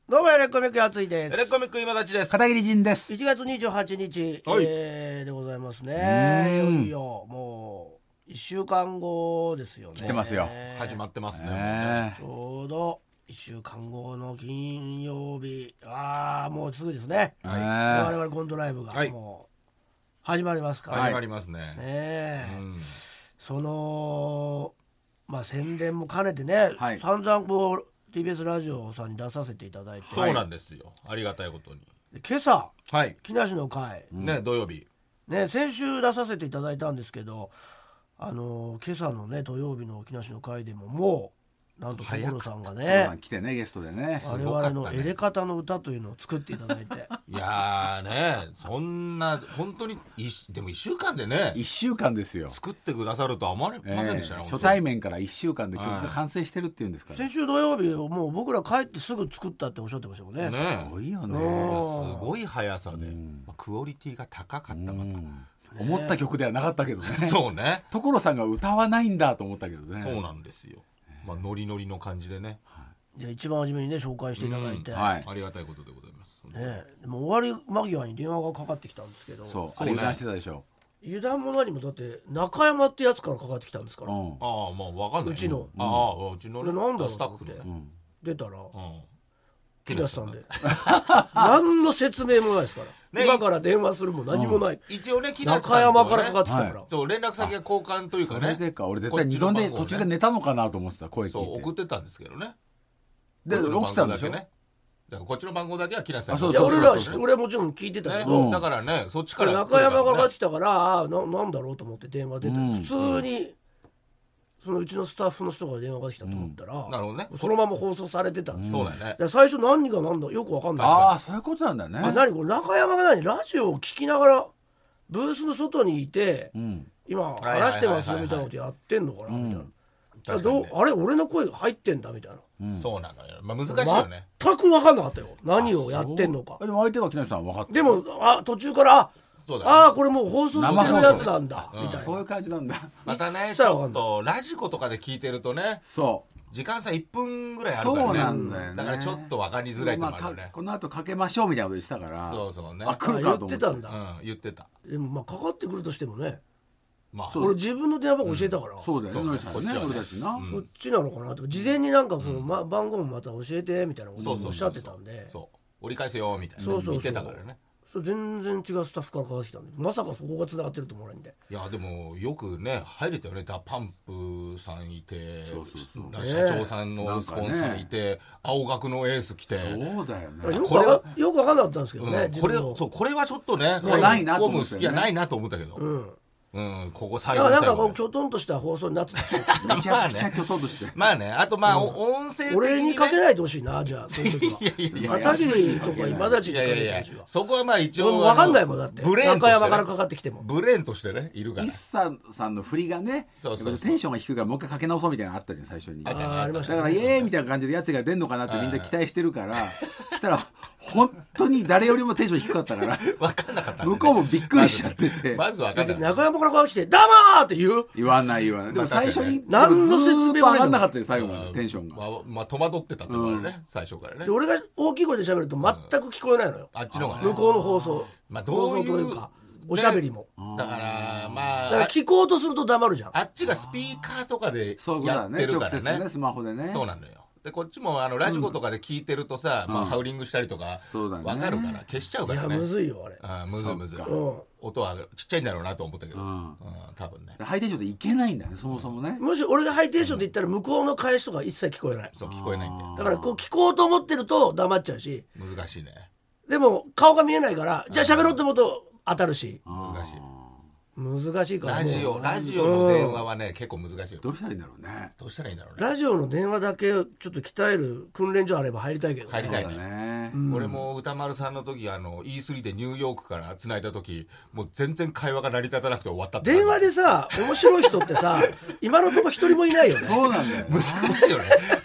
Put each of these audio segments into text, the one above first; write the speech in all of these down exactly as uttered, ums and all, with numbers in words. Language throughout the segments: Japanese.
どうもエレコミックやついです。 エレコミック今立ちです。 片桐仁です。 いちがつにじゅうはちにち、 はいえー、でございますね。いよいよもういっしゅうかんごですよね。 来てますよ。 始まってますね。 ねちょうどいっしゅうかんごの金曜日、ああもうすぐですね。 はい我々コントライブがはいもう始まりますから、 始まりますね。 ねえ、 うん、 そのまあ宣伝も兼ねてね、 はい、 散々こうティービーエス ラジオさんに出させていただいて、 そうなんですよ。ありがたいことに。 今朝、 はい。 木梨の会、 うん、ね土曜日。 ね先週出させていただいたんですけど、あの今朝のね土曜日の木梨の会でももうなんと所さんがね来てねゲストでね我々のエレカタの歌というのを作っていただいていやーねそんな本当にいでもいっしゅうかんでねいっしゅうかんですよ。 作ってくださるとは思われませんでしたね、 えー、初対面からいっしゅうかんで曲が完成してるっていうんですから、 先週土曜日をもう僕ら帰ってすぐ作ったっておっしゃってましたもんね。 ねすごいよね。 すごい速さで、まあ、クオリティが高かったまた、 思った曲ではなかったけどねそうね所さんが歌わないんだと思ったけどね。 そうなんですよ。まあ、ノリノリの感じでね、 はい、じゃあ一番初めにね紹介していただいて、 うんはい、ありがたいことでございます、 ね、でも終わり間際に電話がかかってきたんですけど、 そうあれ油断してたでしょ。 油断も何もだって中山ってやつからかかってきたんですから、うん、 ああまあ分かんない、 うちの、 うん、ああうちの、ね、 なんだろうスタッフで、 うん、出たら、うん、木梨梨さんで何の説明もないですから、ね、今から電話するも何もない、 うん、一応ね木梨さん、 ね、中山からかかってきたから、はい、 そう連絡先が交換というかね。 それでか俺絶対二度で途中で寝たのかなと思ってた。声聞いてそう送ってたんですけどね。 で起きたんでしょ。 ねだからこっちの番号だけは木梨さん。 いや俺らは俺はもちろん聞いてたけど、 ね、だからねそっちから中山がかかってきたからな、なんだろうと思って電話出て、うん、普通にそのうちのスタッフの人が電話が来たと思ったら、うん、 なるほどね、 そのまま放送されてたんですよ、 うん、そうだね。 最初何が何だよく分かんない。 ああそういうことなんだね。 あ何これ中山が何ラジオを聞きながらブースの外にいて、うん、今話してますよみたいなことやってんのかなみたいな、うん、どうあれ俺の声が入ってんだみたいな、 うん、そうなのよ、まあ、難しいよね。 全く分かんなかったよ何をやってんのか。 でも相手が木梨さん分かった。 でもあ途中からそうだね、ああこれもう放送してるやつなんだみたいな、 そういう感じなんだ。 またねちょっとラジコとかで聞いてるとね、 そう時間差いっぷんぐらいあるからね。 そうなんだよね。 だからちょっと分かりづらいとこあるね、まあ、 この後かけましょうみたいなこと言ってたから。 そうそうね。 あ来るかと思って。 言ってたんだ、 うん、言ってた。 でもまあかかってくるとしてもね、 まあ、 俺自分の電話番号教えたから、うん、 そうだよね。 こっちはね、 俺たちな、 うん、そっちなのかなと事前になんかその、ま、番号もまた教えてみたいなことをおっしゃってたんで、 そうそうそう折り返せよみたいなそうそうそう言ってたからね。 それ全然違うスタッフからかかってきたんで、まさかそこがつながってると思わないんで。 いやでもよくね入れたよね。ダパンプさんいて、 そうそうそう、 社長さんのスポンサーいて、ね、青学のエース来て、 そうだよね。 よくわよく分かんなかったんですけどね、 うん、これそうこれはちょっとねもうないなと思って、ね、 好きはないなと思ったけど、 うんうん、ここ最後の最後なんかこうきょとんとした放送になってためちゃくちゃきょとんとしてまあね、あとまあ、うん、音声的に、ね、 俺にかけないでほしいな。じゃあそういう時は。いやいやいや片桐とか今立ちにかけてほしいわ。 そこはまあ一応分かんないもんだってブレーンとして、ね、 中山からかかってきてもブレーンとしてねいるから。 一茶さんの振りがね、そうそうそうテンションが低いからもう一回かけ直そうみたいなのあったじゃん最初に。 ああありましたね。 だからイエーイみたいな感じでやつが出んのかなってみんな期待してるからしたら本当に誰よりもテンション低かったから分かんなかった、ね、 向こうもびっくりしちゃっててまず分かんない。 中山からかかってきてダマーって言う言わない言わない。でも最初に何の説明も上がんなかったよ最後までテンションが。 まあ、まあ戸惑ってたってことね、うん、最初からね。 俺が大きい声で喋ると全く聞こえないのよ、 うん、あっちのが、ね、 向こうの放送、 まあ、どういう放送というかおしゃべりも、 ね、だからまあだから聞こうとすると黙るじゃん。 あっちがスピーカーとかでやってるからね、 そういうことだね、直接ねスマホでね。 そうなのよ。でこっちもあのラジコとかで聞いてるとさ、うんまあ、ハウリングしたりとか分かるから消しちゃうからね。 いやむずいよあれ。 あむずいむずい、うん、音はちっちゃいんだろうなと思ったけど、うんうん、多分ねハイテンションでいけないんだねそもそもね。 もし俺がハイテンションで言ったら向こうの返しとか一切聞こえない。 そう聞こえないんだよ。 だからこう聞こうと思ってると黙っちゃうし難しいね。 でも顔が見えないからじゃあ喋ろうと思うと当たるし難しい。 難しいからラジオラジオの電話はね、うん、結構難しいよ。 どうしたらいいんだろうね。 どうしたらいいんだろうね。 ラジオの電話だけちょっと鍛える訓練所あれば入りたいけど、ね、 入りたいね、 ね、 うん、俺も歌丸さんの時あの イースリー でニューヨークから繋いだ時もう全然会話が成り立たなくて終わったって。 電話でさ面白い人ってさ今のところ一人もいないよね。 そうなんだよ、ね、 難しいよね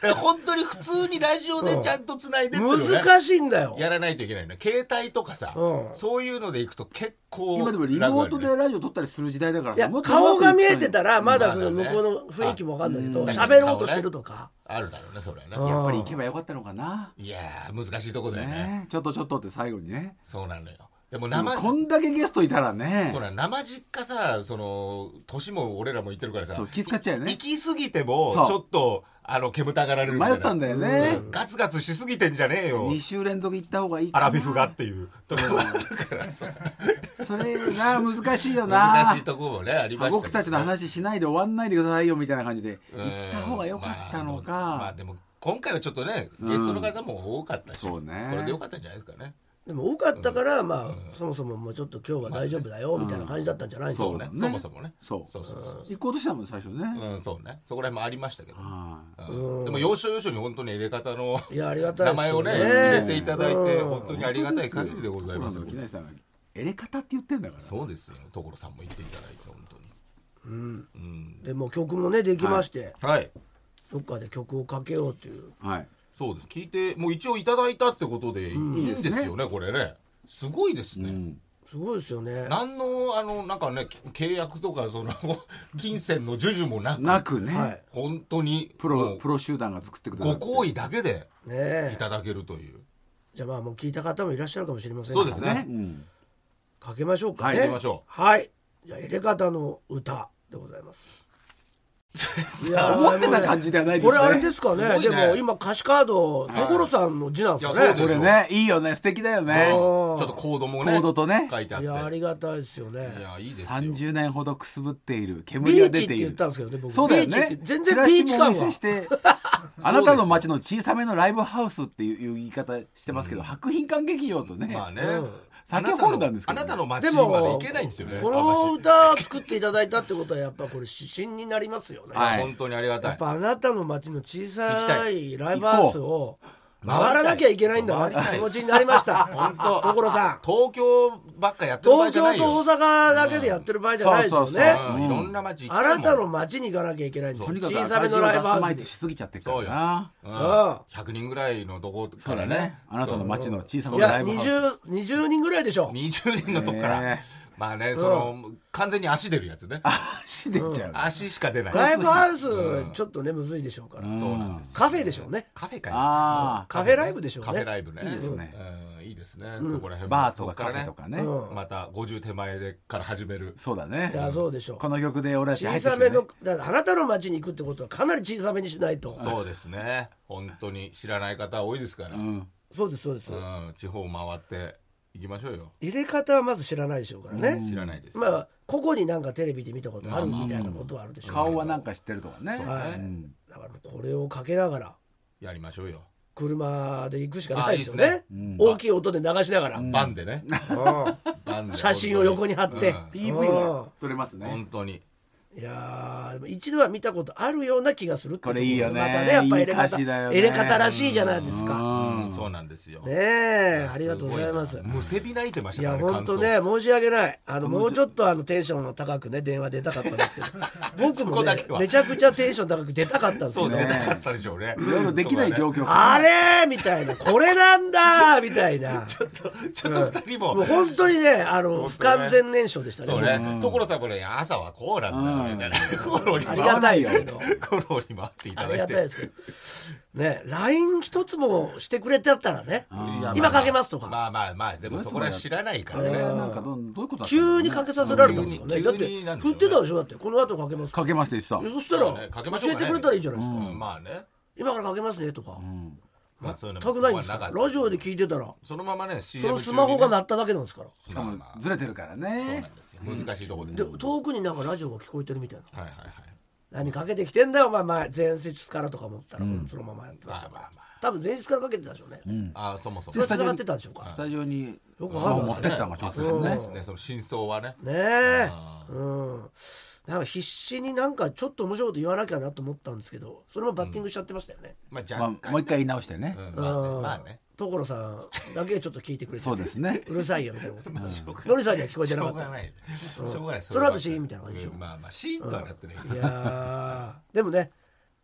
から本当に普通にラジオでちゃんとつないでっていうのをね難しいんだよ。 やらないといけないね。携帯とかさ、 うんそういうのでいくと結構今でもリモートでラジオ撮ったりする時代だからいやもっとうまくいく顔が見えてたらまだまだね向こうの雰囲気も分かんないけどあ喋ろうとしてるとか、 あるだろうねそれはね。 うんやっぱり行けばよかったのかな、 いやー難しいとこだよね。 ね、ちょっとちょっとって最後にね。 そうなのよ。でもでも生こんだけゲストいたらね、 そうなの生実家さ、その年も俺らも言ってるからさ、 そう気遣っちゃうよね。 行き過ぎてもそうちょっとあの煙たがられるみたいな。 迷ったんだよね、 うんガツガツしすぎてんじゃねえよ。 に週連続行った方がいいかな。 アラビフがっていうところがあるからさ。 それが難しいよな。 難しいところもねありましたけどね。 僕たちの話しないで終わんないでくださいよみたいな感じで行った方が良かったのか、 まあ、まあでも今回はちょっとねゲストの方も多かったし、 うんそうねこれでよかったんじゃないですかね。 でも多かったからまあそもそももうちょっと今日は大丈夫だよみたいな感じだったんじゃないですか。 そうね、そもそもね。 そうそうそうそう行こうとしたもん最初ね、 うん、そうね。そこら辺もありましたけど。 はうんでも要所要所に本当に入れ方のいやありがたいですよ名前をね入れていただいてうん本当にありがたい限りでございます。 木梨さんがエレ方って言ってんだから、 そうですよ。所さんも言っていただいて本当に。 うんうん。 でもう曲もねできまして、 はい。 どっかで曲をかけようっていう。 はい、 そうです。聞いてもう一応いただいたってことでいいんですよね。これね。すごいですね。 うんすごいですよね。 何のあのなんかね契約とかその金銭の授受もなくなくね、 はい本当にプロプロ集団が作ってくださってご好意だけでねえいただけるという。 じゃあまあもう聞いた方もいらっしゃるかもしれませんそうですねうんかけましょうかね。 はいかけましょう。はい。じゃあエレカタの歌でございます。いやー思ってた感じではないですね。 これあれですかね。 すごいねでも今歌詞カード所さんの字なんですかね。 いやそうですこれねいいよね、素敵だよね。 ちあーょっとコードもねコードとね書いてあって。 いやありがたいですよね。 いやいいですよ。 さんじゅうねんほどくすぶっているビ煙がーチって出ている。 言ったんですけどね。僕そうだよねビーチって。全然ビーチチラ感はシもお見せしてあなたの街の小さめのライブハウスっていう言い方してますけど、博品館劇場とね、 まあね。 うん酒ホルダーですけあなどねたの街でまで行もけないんですよね。 この歌を作っていただいたってことはやっぱこれ指針になりますよね。 はい本当にありがたい。 やっぱあなたの街の小さ行きたいライブハウスを行回らなきゃいけないんだな回りたい気持ちになりました。 本当。 所さん。 東京ばっかやってる場合東じゃないよ。 京と大阪だけでやってる場合じゃないですよそうそうね。 うんいろんな街行きあたいもん。 なたの街に行かなきゃいけないんですよ。 とにかく小さめの赤字を出ライブハウスですまいてしすぎちゃってるからな。 うんうんひゃくにんぐらいのとこそからねうだね。あなたの街の小さないラやイブハウス。 20, 20人ぐらいでしょ。 にじゅうにんのとこから、 ねまあねその、完全に足出るやつね。 足出ちゃう。 足しか出ない。 ライブハウスちょっとねむずいでしょうから。 そうなんです。 カフェでしょうね。 カフェかよ。 あカフェライブでしょうカフェね。 ライブね。 いいですねうんいいですね。そこら辺もバーとかカそっらねフェとかね。 うんまたごじゅう手前でから始める。 そうだねい。やそうでしょう。 この曲で俺たち入小さめってきてねのだからあなたの街に行くってことはかなり小さめにしないと。 そうですね。本当に知らない方多いですから。 ううんんそうですそうです。 地方回って行きましょうよ。 入れ方はまず知らないでしょうからね。 知らないです。 まあ個々になんかテレビで見たことあるみたいなことはあるでしょうけど。 顔はなんか知ってるとかね。 はいうんだからこれをかけながらやりましょうよ。 車で行くしかないですよね。 あいいですね大きい音で流しながら、 バンでね。 うバンでん写真を横に貼って、 うんピーブイ が撮れますね。 本当に。 いやーでも一度は見たことあるような気がするってこれいいよねまたねやっぱ入れいい歌方詞だよね入れ方らしいじゃないですか。 うんそうなんですよ。 ねえありがとうございます。 ごなむせび泣いてましいやたからね。 本当ね申し訳ないあのもうちょっとあのテンションの高くね電話出たかったんですけど僕そもねこだけはめちゃくちゃテンション高く出たかったんですそうよね。 出なかったでしょうね。 夜できない状況あれみたいなこれなんだみたいなちょっとちょっと二人ももう本当にねあの不完全燃焼でしたね。 そうね。所さんもね朝はこうなんだよみたいな。コロにありがたいですけどコロに回っていたありだいて。 がたいですけどね ライン 一つもしてくれてたらねいや今かけますとかまあまあまあでもそこら辺知らないかあれらね。 なんかどうどういうことだったんだろうね急にかけさせられたんですよね。 急にだって急になんでしょうね振ってたでしょだってこの後かけますかけましてさいやそしたそうねらかけましょうかね教えてくれたらいいじゃないですか。 うんまあね。 今からかけますねとかまあそういうの全くないんですかなかったラジオで聞いてたらそのままね シーそエム 中にねのスマホが鳴っただけなんですから。 しかもまあまあずれてるからそうねなんですよ。難しいところで。 で遠くになんかラジオが聞こえてるみたいなはいはいはい。 何かけてきてんだよお前前前日からとか思ったらそのままやってましたからまあまあま多分前日からかけてたでしょうね。 あそもそもそれ繋がってたんでしょうか。 スタジオによくスマホわかんない持ってったのがちょっとうんねですね。その真相はね。 ねえあうんなんか必死になんかちょっと面白いこと言わなきゃなと思ったんですけどそれもバッティングしちゃってましたよね。 まあま若干あもう一回言い直してねうんまあねまあね。 所さんだけちょっと聞いてくれてそうですねうるさいよみたいなことノリさんには聞こえてしなかった。 ょうがない。しょうがない。 その後シーンみたいな感じでしょうんまあまあシーンとはなってない。 いやーでもね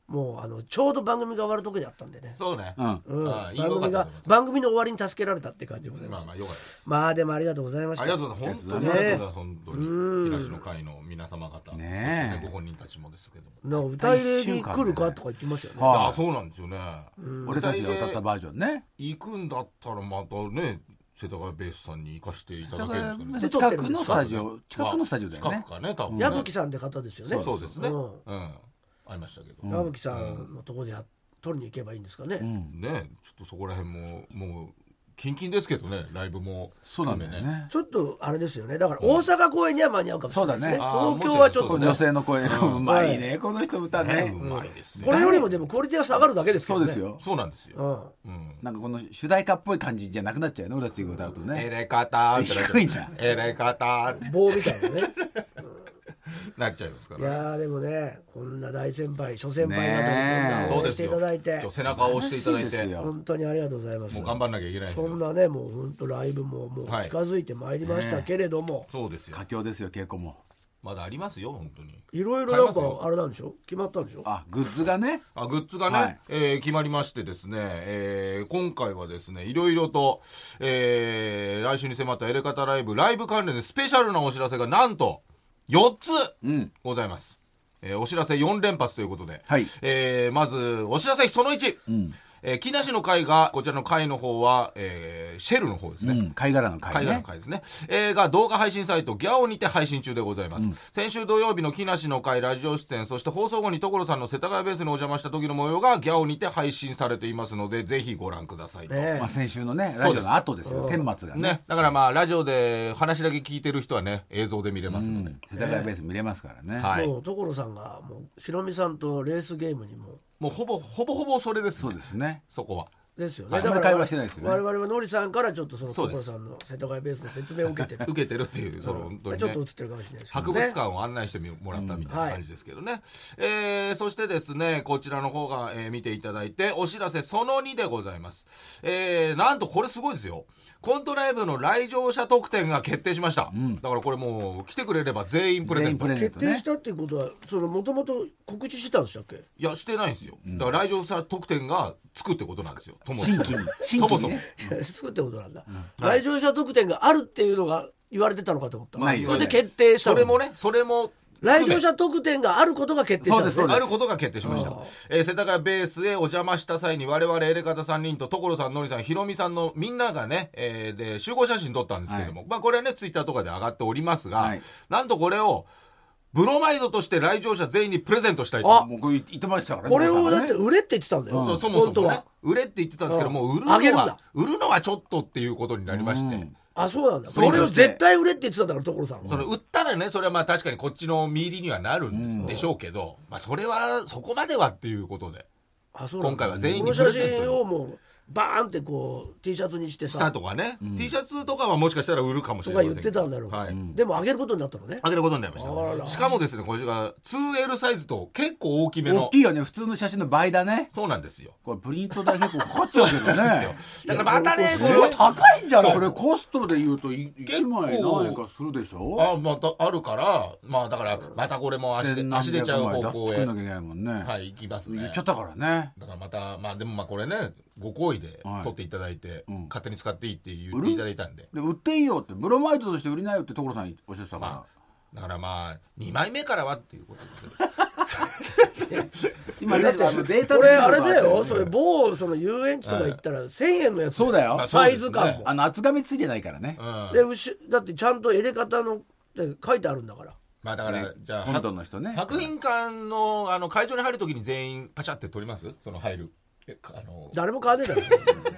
もうあのちょうど番組が終わるところであったんでね。 そうね、 うんうん、 あいい番組が番組の終わりに助けられたって感じでございます。 まあまあよかったです。 まあでもありがとうございました。 ありがとうございます。本当にありがとうございます。本当に木梨の会の皆様方、 ねえ、 そしてご本人たちもですけども、 な歌入れに来るかとか言ってましたよね。 はいああそうなんですよね。 俺たちが歌ったバージョンね。 行くんだったらまたね世田谷ベースさんに行かせていただけるんですかね。 近くのスタジオ近くのスタジオだよね。 近くかね多分ね。 矢吹さんって方ですよね。 そうですね。 うんうんありましたけど。 矢吹さんのところでや取りに行けばいいんですかね。 ねちょっとそこら辺ももうキンキンですけどねライブもそうなんだよね。 ちょっとあれですよね。だから大阪公演には間に合うかもしれないですね。 そうだね東京はちょっとね女性の声うまいねこの人歌ね。 うまいですこれよりもでもクオリティが下がるだけですけどね。 そうですよ。 そうなんですよ。 うん。 うんなんかこの主題歌っぽい感じじゃなくなっちゃうよね俺たちが歌うとね。 エレカターってなっちゃう低いんだエレカターって棒みたいなね。 なっちゃいますかいら。 やーでもねこんな大先輩諸先輩方にこんな応援していただいて、 今日背中を押していただいて素晴らしいですよ本当にありがとうございます。 もう頑張んなきゃいけないですよ。 そんなねもう本当ライブももうはい近づいてまいりましたけれども、 そうですよ。 佳境ですよ稽古も。 まだありますよ本当に。 いろいろなんかあれなんでしょ決まったんでしょ。 あグッズがね。 あグッズがね、 はいえー決まりましてですね、えー今回はですねいろいろと、えー来週に迫ったエレカタライブライブ関連でスペシャルなお知らせがなんとよっつうんございます、えーお知らせよん連発ということで、 はいえーまずお知らせそのいち、 うんえー木梨の会がこちらの会の方は、えーシェルの方ですね、 うん貝殻の貝海外のね。 会ですね、えーが動画配信サイトギャオにて配信中でございます、先週土曜日の木梨の会ラジオ出演そして放送後に所さんの世田谷ベースにお邪魔した時の模様がギャオにて配信されていますのでぜひご覧くださいと、 ねまあ先週のねラジオの後ですよ顛末がね。 ね、だからまあラジオで話だけ聞いてる人はね映像で見れますので、 世田谷ベース見れますからね。 はいもう所さんがもうひろみさんとレースゲームにももうほぼほぼほぼそれですねそうですね。 そこはですよね。 はいだからあんまり会話してないですよね我々はのりさんからちょっとそのそうです所さんの世田谷ベースの説明を受けてる受けてるっていうその本当にねちょっと映ってるかもしれないですけど博ね。 物館を案内してもらったみたいな感じですけどね、えーそしてですねこちらの方が、えー見ていただいてお知らせそのにでございます、えーなんとこれすごいですよコントライブの来場者特典が決定しました、だからこれもう来てくれれば全員プレゼント全員プレゼン決定したっていうことはそのもともと告知してたんでしたっけ。 いやしてないんですよ、だから来場者特典がつくってことなんですよとも新規に新そもそも規にね。 作ってことなんだ、来場者特典があるっていうのが言われてたのかと思った、 ないよそれで決定したのそれもねそれも来場者特典があることが決定したんですね。 そうですあることが決定しました、えー世田谷ベースへお邪魔した際に我々エレカタさんにんと所さんのりさんひろみさんのみんながね、えーで集合写真撮ったんですけども、まあこれはねツイッターとかで上がっておりますが、 はいなんとこれをブロマイドとして来場者全員にプレゼントしたいと。 あもうこれ言ってましたからね。 これをだ所さんがねって売れって言ってたんだよ、 そうそもそもね本当は。 売れって言ってたんですけど、 うんもう売るのはあげるんだ売るのはちょっとっていうことになりまして、 うんあそうなんだ。 そうこれを絶対売れって言ってたんだから所さんは。 その売ったらねそれはまあ確かにこっちの見入りにはなるんです、でしょうけど、まあ、それはそこまではっていうことであそうなんだ。 今回は全員にこの写プレゼント真をもうバーンってこう T シャツにしてしたさとかね、T シャツとかはもしかしたら売るかもしとか言っれませんけどてたんだろう、 はい、 でもあげることになったのね。 あげることになりましあららた。しかもですねこれが ツーエル サイズと結構大きめの大きいよね普通の写真の倍だね。 そうなんですよ。 これプリント代結構かかっちゃうけどね。 だからまたねこれは高いんじゃないこれコストで言うといいちまい何円かするでしょ。 あまたあるからまあだからまたこれも足で足出ちゃう方向へ作んなきゃいけないもんね。 はい行きますね。 言っちゃったからね。 だからまたまあでもまあこれねご好意ではい取っていただいて、 うん勝手に使っていいって言っていただいたんで、 で売っていいよってブロマイドとして売りなよって所さんおっしゃってたから。 まあだからまあにまいめからはっていうことです今ねあのデータこれあれだでよ、それ某その遊園地とか行ったらせんえんのやつ、 そうだよまあサイズ感も、 あの厚紙ついてないからね。 うんで後だってちゃんと入れ方ので書いてあるんだから。 まあだから、 ねじゃあ本土の人ね。 博品館のあの会場に入るときに全員パチャって取りますその入るえあの誰も買わねえだろ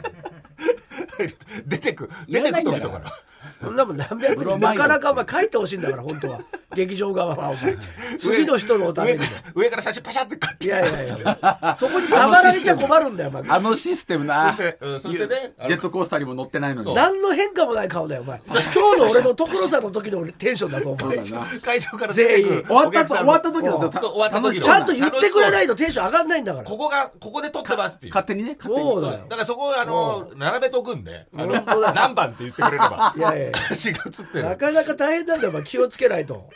出てくい出てらないんだかく時とかららそんなもん何百ブロマイド人なかなかお前書いてほしいんだから本当は劇場側はお前次の人のため上にも上から写真パシャって買っていやいやいやそこにたまられちゃ困るんだよお前あのシステムな。 そしてうんそしてねあのジェットコースターにも乗ってないのに。 何の変化もない顔だよお前今日の俺の所さんの時のテンションだぞお前そうだな。 会場から出てくる終わったお客さん終わった時のうんたそう終わった時のちゃんと言ってくれないとテンション上がんないんだからここがここで撮ってますっていう勝手にね勝手に。 そうだよだからそこをあの並べとくんであの本当だ何番って言ってくれればいやいやいや私が映ってるなかなか大変なんだよお前気をつけないと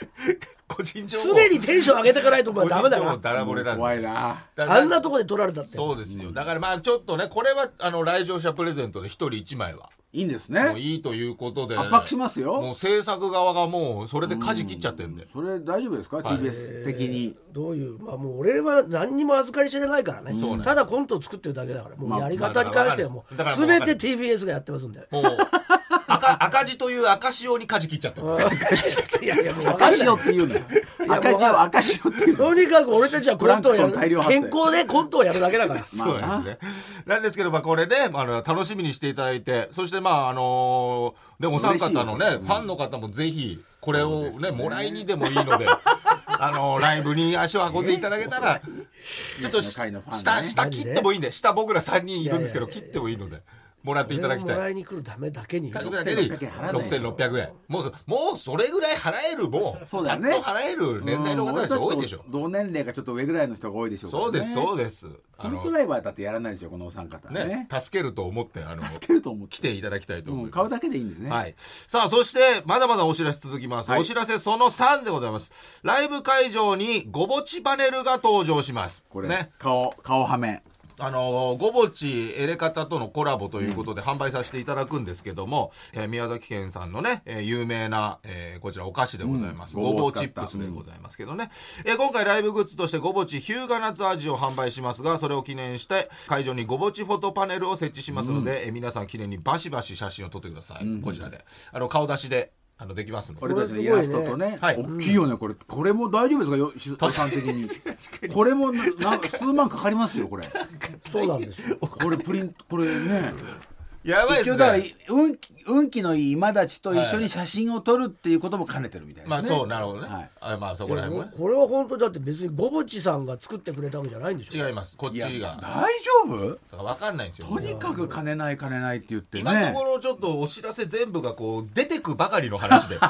個人情報常にテンション上げていかないとお前ダメだな。 ダラ漏れなんで怖いな。 あんなとこで取られたって。 そうですよ。だからまあちょっとね、これはあの来場者プレゼントで一人一枚はいいんですもうね。 いいということで、 圧迫しますよ。 もう制作側がもうそれで舵切っちゃってるんで、 それ大丈夫ですか、 はいティービーエス 的に。 どういう、まあもう俺は何にも預かり知れないからね、 そうねただコントを作ってるだけだから、もまあうやり方に関してはもうだからもう全て ティービーエス がやってますんで。 もう赤赤字という赤潮に舵切っちゃってる。 いやいやもう分か赤んない潮っていうの。赤字を赤潮っていうの。 とにかく俺たちはコントをやプランクトン大量る、 発生健康でコントをやるだけだから。 まそうなんですね。なんですけど、まあ、これね、あの、楽しみにしていただいて、そして、まあ、あのー、ね、お三方のね、ファンの方もぜひ、これをね、もらいにでもいいので、あのー、ライブに足を運んでいただけたら、ちょっとし、 会のファンね下、下切ってもいいんで、下僕らさんにんいるんですけど、 いやいやいや切ってもいいので、もらっていただきたい。 もらいに来るためだけに。 だけだけでろくせんろっぴゃくえん払わないろくせんろっぴゃくえん。もう、もうそれぐらい払える、もう、 そうだよねやっと払える年代の方たち多いでしょ。 同年齢がちょっと上ぐらいの人が多いでしょうからね。 そうです、そうです。 コントライバーだってやらないですよ、このお三方はねね、助けると思って、あの、 助けると思って来ていただきたいと思います。 うん買うだけでいいんですね。 はい。さあ、そして、まだまだお知らせ続きます。 はいお知らせそのさんでございます。ライブ会場にごぼちパネルが登場します。 これ、 ね。 顔顔はめ。 あのー、ごぼちエレカタとのコラボということで販売させていただくんですけども、えー宮崎県さんのね、えー有名な、えーこちらお菓子でございます。 うんごぼごぼを使ったチップスでございますけどね。えー今回ライブグッズとしてごぼち日向夏味を販売しますが、それを記念して会場にごぼちフォトパネルを設置しますので、えー皆さん記念にバシバシ写真を撮ってください。こちらで。あの、顔出しで、あの、できますので。 俺たちのイラストとね、 はい大きいよね、これ。これも大丈夫ですかよ、予算的に。これもななんか数万かかりますよ、これ。 そうなんですよ。 これプリント、これね。 やばいです一応だからね。 運気運気のいい今立ちと一緒に写真を撮るっていうことも兼ねてるみたいですね。 まあそう、なるほどね。 はいあまあそこら辺もね。 これは本当だって別にごぼちさんが作ってくれたわけじゃないんでしょ。 違います。こっちいやが。 大丈夫？ だから分かんないんですよ。 とにかく金ない金ないって言ってね。 今のところちょっとお知らせ全部がこう出てくばかりの話で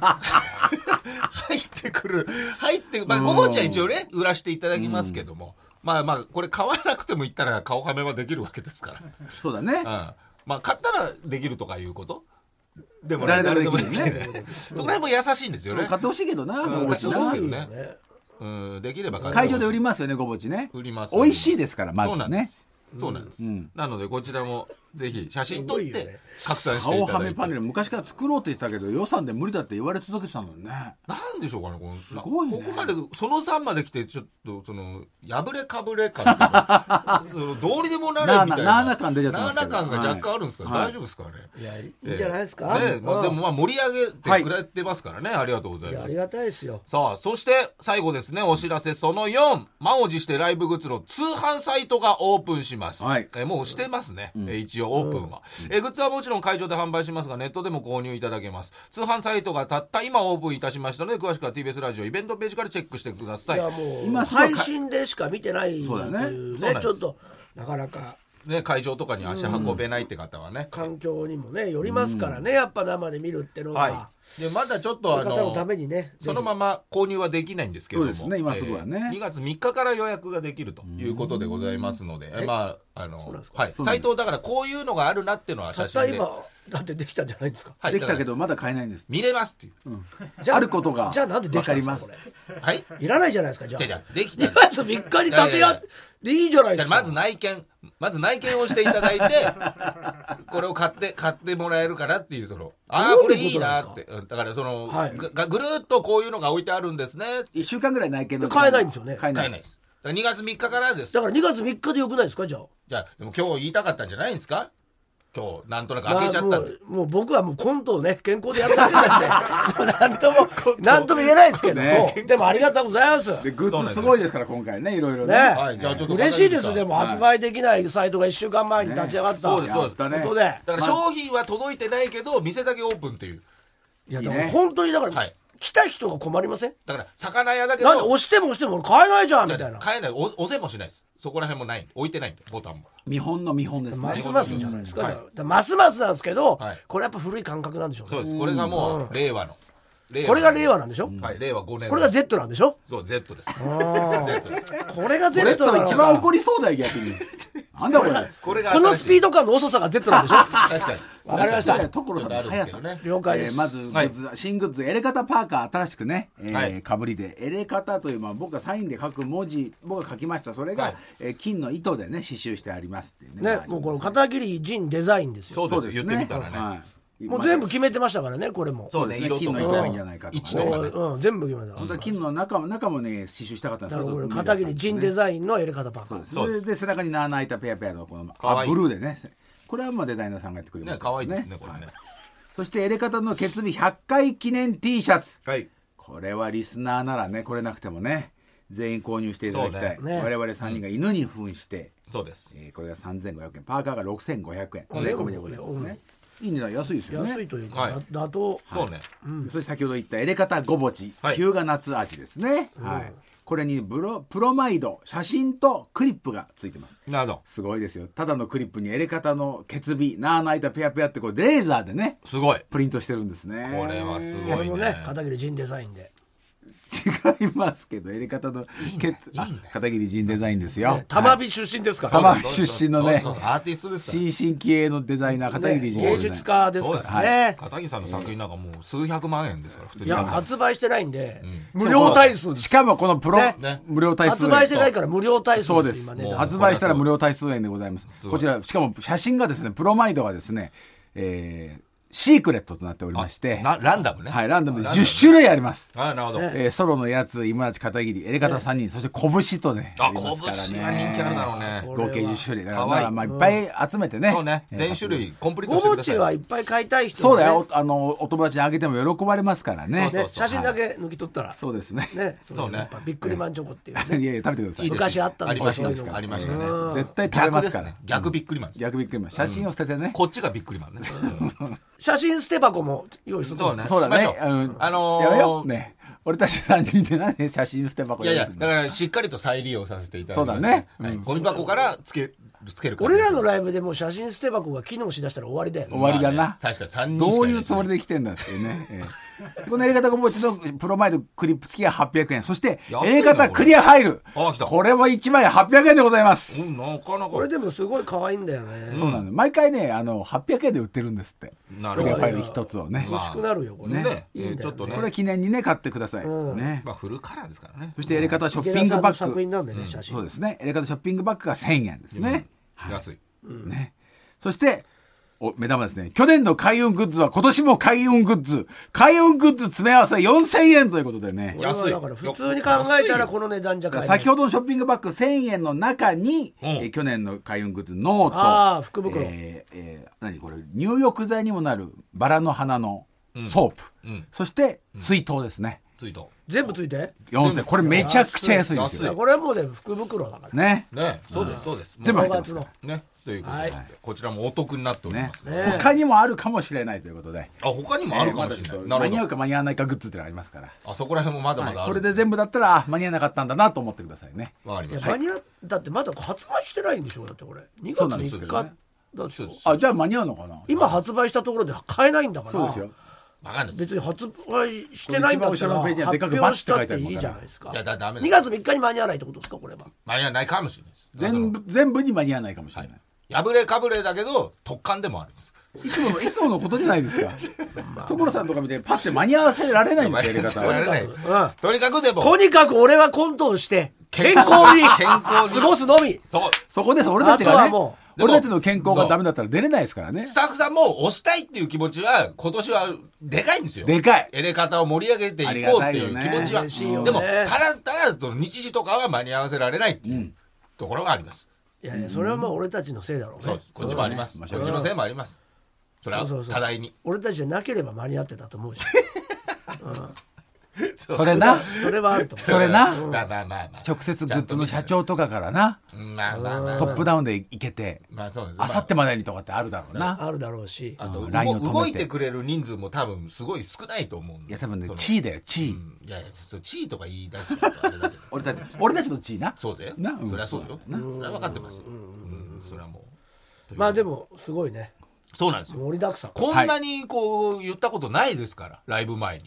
入ってくる入ってまあごぼちは一応ね売らしていただきますけども、まあまあこれ買わなくても言ったら顔はめはできるわけですから、 そうだね。 うん、まあ買ったらできるとかいうことでも誰でもできる誰でもできるそこら辺も優しいんですよね。 買ってほしいけどな、 うんごぼちな買ってほしいけどねいいよね。 うん、できれば買ってほしい会場で売りますよね、ごぼちね。 売ります美味しいですから、まずねそうなんです。そうなんです、 んなのでこちらもぜひ写真撮ってすごいよね拡散してい顔ただいてはめパネル昔から作ろうって言ってたけど予算で無理だって言われ続けてたのにね。 なんでしょうかね、このすごいねここまでそのさんまで来てちょっとその破れかぶれ感っていうかそのどうにでもなれみたいななあなあ感出ちゃってますけどなあなあ感が若干あるんですから、 はい大丈夫ですかね。 いやいいんじゃないですか。 ねまあ、でもうんまあ盛り上げてくれてますからね、ありがとうございます。 いやありがたいですよ。 さあそして最後ですね、お知らせそのよん、満を持してライブグッズの通販サイトがオープンします、 はいえもうしてますね、え一応オープンは、えグッズはもちろん会場で販売しますがネットでも購入いただけます。通販サイトがたった今オープンいたしましたので詳しくは ティービーエス ラジオイベントページからチェックしてください。 いやもう今すぐか配信でしか見てないってそうだねいうそうなんですね、ちょっとなかなかね、会場とかに足運べないって方はね、 環境にもねよりますからね、やっぱ生で見るってのは、 はい、でまだちょっとあそういう方のたのめにねそのまま購入はできないんですけれども、 そうですね今すぐはねえーにがつみっかから予約ができるということでございますので、えまああのそうなんですかはい、サイトだからこういうのがあるなっていうのはた写真で、 った今だってできたんじゃないんですか。 はい、 できたけどどまだ買えないんです。 見れますっていう、 じゃあることがじゃあなんでできたんですかわかこれ。 はい、 いらないじゃないですか。じゃあじゃあじゃあできにたがつみっかに立てやいやいやいやでいいじゃないですか。 じゃあまず内見まず内見をしていただいてこれを買って買ってもらえるかなっていうそのああこれいいなってうんだからその、 はいががぐるっとこういうのが置いてあるんですね。 いっしゅうかんぐらい内見の買えないんですよね買えないで買えないですす。だからにがつみっかからです。 だからにがつみっかでよくないですか。じゃあじゃあでも今日言いたかったんじゃないんですか。今日なんとなく開けちゃったんで、 まあもうもう僕はもうコントをね健康でやるだけなんでもうなんともなんとも言えないですけど、 ねでもありがとうございます。 でグッズすごいですから今回ねいろいろね、 ね。 はい、じゃあちょっと嬉しいです。でもはい発売できないサイトがいっしゅうかんまえに立ち上がった、 ねそうですそうですこやったねとで、 だから商品は届いてないけど店だけオープンっていう。 いやいいねだから本当にだから、 はい来た人が困りません。 だから魚屋だけどなんで押しても押しても俺買えないじゃんみたいな。 買えないお押せもしないです。そこら辺もない置いてないんでボタンも。 見本の見本ですね。 ますますじゃないですか。 はいだからますますなんですけど、 はいこれやっぱ古い感覚なんでしょうね。 そうです。これがもう令和の。令和これが令和なんでしょ。 はい、令和ごねん。 これが Z なんでしょ。 そう Z です。 あー Z です。 これがこれ Z なのか。 と一番怒りそうだよ逆に。 なんだこれこれがこのスピード感の遅さが Z なんでしょ。 確かにわかりました所さんの速さね。 了解です。 えーまずグッズ、はい、新グッズエレカタパーカー新しくね、えーはい、かぶりでエレカタという、まあ、僕がサインで書く文字僕が書きました。それが、はい、えー、金の糸でね刺繍してありますっていうね。 ね、もうこの片桐仁デザインですよ。 そうです、言ってみたらね、はい、 もう全部決めてましたからね。これもそうですね、金の糸がいいんじゃないかとか、ね、 うん、全部決めた。 本当は金の中も中もね刺繍したかったんですよ。 片桐仁デザインのエレカタパーカー。 そうです。それで背中に穴開いたペアペアのこのあブルーでね、これはまあデザイナーさんがやってくれましたね。 可愛いですねこれね。 そしてエレカタの決日ひゃっかい記念 T シャツ、 はい、 これはリスナーならね来れなくてもね全員購入していただきたい、ね、我々さんにんが犬に扮して、 うん、そうです、 えー、これがさんぜんごひゃくえん、パーカーがろくせんごひゃくえん税込みでございますね。いい値段、安いですよね。 安いというか、 はい、 だと、 そうね、 うん、そして先ほど言ったエレカタごぼち、はい、日向夏味ですね、うん、はい、これにブロプロマイド写真とクリップがついてます。 なるほど、 すごいですよ。ただのクリップにエレカタの決日なあ泣いたペアペアってこれレーザーでねすごいプリントしてるんですね。 これはすごいね。 これもね片桐仁デザインで違いますけどエレカタのケツ片桐仁デザインですよ、 ね、玉美出身ですから、 玉美出身のねそうそうそうアーティストですから新進気鋭のデザイナー片桐仁、 ね、芸術家ですからね、はい、 片桐さんの作品なんかもう数百万円ですから普通に。 いや発売してないんで、うん、無料対数です。 しかもこのプロ、 ね、 無料対数発売してないから無料対数です。 そうです、ね、発売したら無料対数円でございます。こちらしかも写真がですねプロマイドがですね、えーシークレットとなっておりましてランダムね、 はい、ランダムでじゅっしゅるいあります。 あ、なるほど、 えー、ソロのやつ今立片桐エレカタさんにん、そして拳とねあ、拳は人気あるだろうね。 合計じゅっしゅるいだから、まあ、いっぱい集めてね、 そうね、全種類コンプリートしてください。 ごぼちはいっぱい買いたい人、ね、 そうだよ、あのお友達にあげても喜ばれますからね。 そうそうそう、写真だけ抜き取ったら、 はい、そうですね、 ね、 そうね、 ビックリマンチョコっていうね、 いやいや食べてください。 昔あったんですよ。 ありましたね、 絶対食べますから。 逆ビックリマン、 逆ビックリマン、写真を捨ててね、 こっちがビックリマンね。 写真捨て箱も用意する。 そうね、 そうだね、 あのやめようね、俺たちさんにんで何で写真捨て箱やる。いやいや、だからしっかりと再利用させていただきます。 そうだね、 はい、ゴミ箱からつけつけるから。 俺らのライブでもう写真捨て箱が機能しだしたら終わりだよね。 終わりだな、 まあね、確かにさんにんしかいない。 どういうつもりで来てんだっていうね、えーこのエレカタごぼちのプロマイドクリップ付きははっぴゃくえん、そしてエレカタクリアファイル、これはいちまいはっぴゃくえんでございます、 うん、なかなかこれでもすごい可愛いんだよね。 そうなんだ、毎回ねあのはっぴゃくえんで売ってるんですって。 なクリアファイル一つをね、 欲しくなるよこれね、 ね、 いいんだよね、 ちょっとね、 これ記念にね買ってください、うん、ね、 まあフルカラーですからね。 そしてエレカタショッピングバッグ、 作品なんでね、写真、 そうですね、エレカタショッピングバッグがせんえんですね、 うん、安い、 うん、ね、そしてお目玉ですね、去年の開運グッズは今年も開運グッズ、開運グッズ詰め合わせよんせんえんということでね、 安い。だから普通に考えたらこの値段じゃ買えない。 先ほどのショッピングバッグせんえんの中に、うん、えー、去年の開運グッズノート、 あ、福袋、 えーえー、何これ入浴剤にもなるバラの花のソープ、うんうん、そして水筒ですね、 うん、水筒全部ついてよんせんえん、これめちゃくちゃ安いですよ。 これはもうね福袋だからね、 ね、そうですそうです、 全部入ってますね、ということで、はい、こちらもお得になっております、 ねね、他にもあるかもしれないということで、 あ、他にもあるかもしれない、えーま、 間に合うか間に合わないかグッズってのがありますから、 あそこら辺もまだまだある、 はい、これで全部だったら間に合わなかったんだなと思ってくださいね。 わかりました。 間に合だってまだ発売してないんでしょ、だってこれにがつみっかだって、 あ、じゃあ間に合うのかな。 今発売したところで買えないんだから。 そうですよ、 別に発売してないんだったら発表したっていいじゃないですか。にがつみっかに間に合わないってことですか、これは。 間に合わないかもしれないです。 全部全部に間に合わないかもしれない、 はい、破れかぶれだけど特感でもあるんです。 いつものいつものことじゃないですか。所さんとか見てパッて間に合わせられないんですよ、やり方は。 とにかくでもとにかく俺はコントをして健康に過ごすのみ。 そう、 そこです。俺たちがね、俺たちの健康がダメだったら出れないですからね。 スタッフさんも推したいっていう気持ちは今年はでかいんですよ。 でかい。 エレカタを盛り上げていこうっていう気持ちは、ね、でもただただと日時とかは間に合わせられないっていうところがあります。 いやいや、それはもう俺たちのせいだろうね。 そう、こっちもあります。こっちのせいもあります。それは多大に。 俺たちじゃなければ間に合ってたと思うし。 それな、 それはあると思う。 それな、 直接グッズの社長とかからな、トップダウンでいけて、あさってまでにとかってあるだろうな。 あるだろうし、 あと動いてくれる人数も多分すごい少ないと思うんで。 いや多分ね、地位だよ、地位。 いやいや、地位とか言い出してあれだけど。 俺たち、俺たちの地位な。 そうだよ。そりゃそうよ。それは分かってますよ。それはもう。まあでもすごいね。 そうなんですよ。 盛りだくさん。 こんなにこう言ったことないですから、ライブ前に。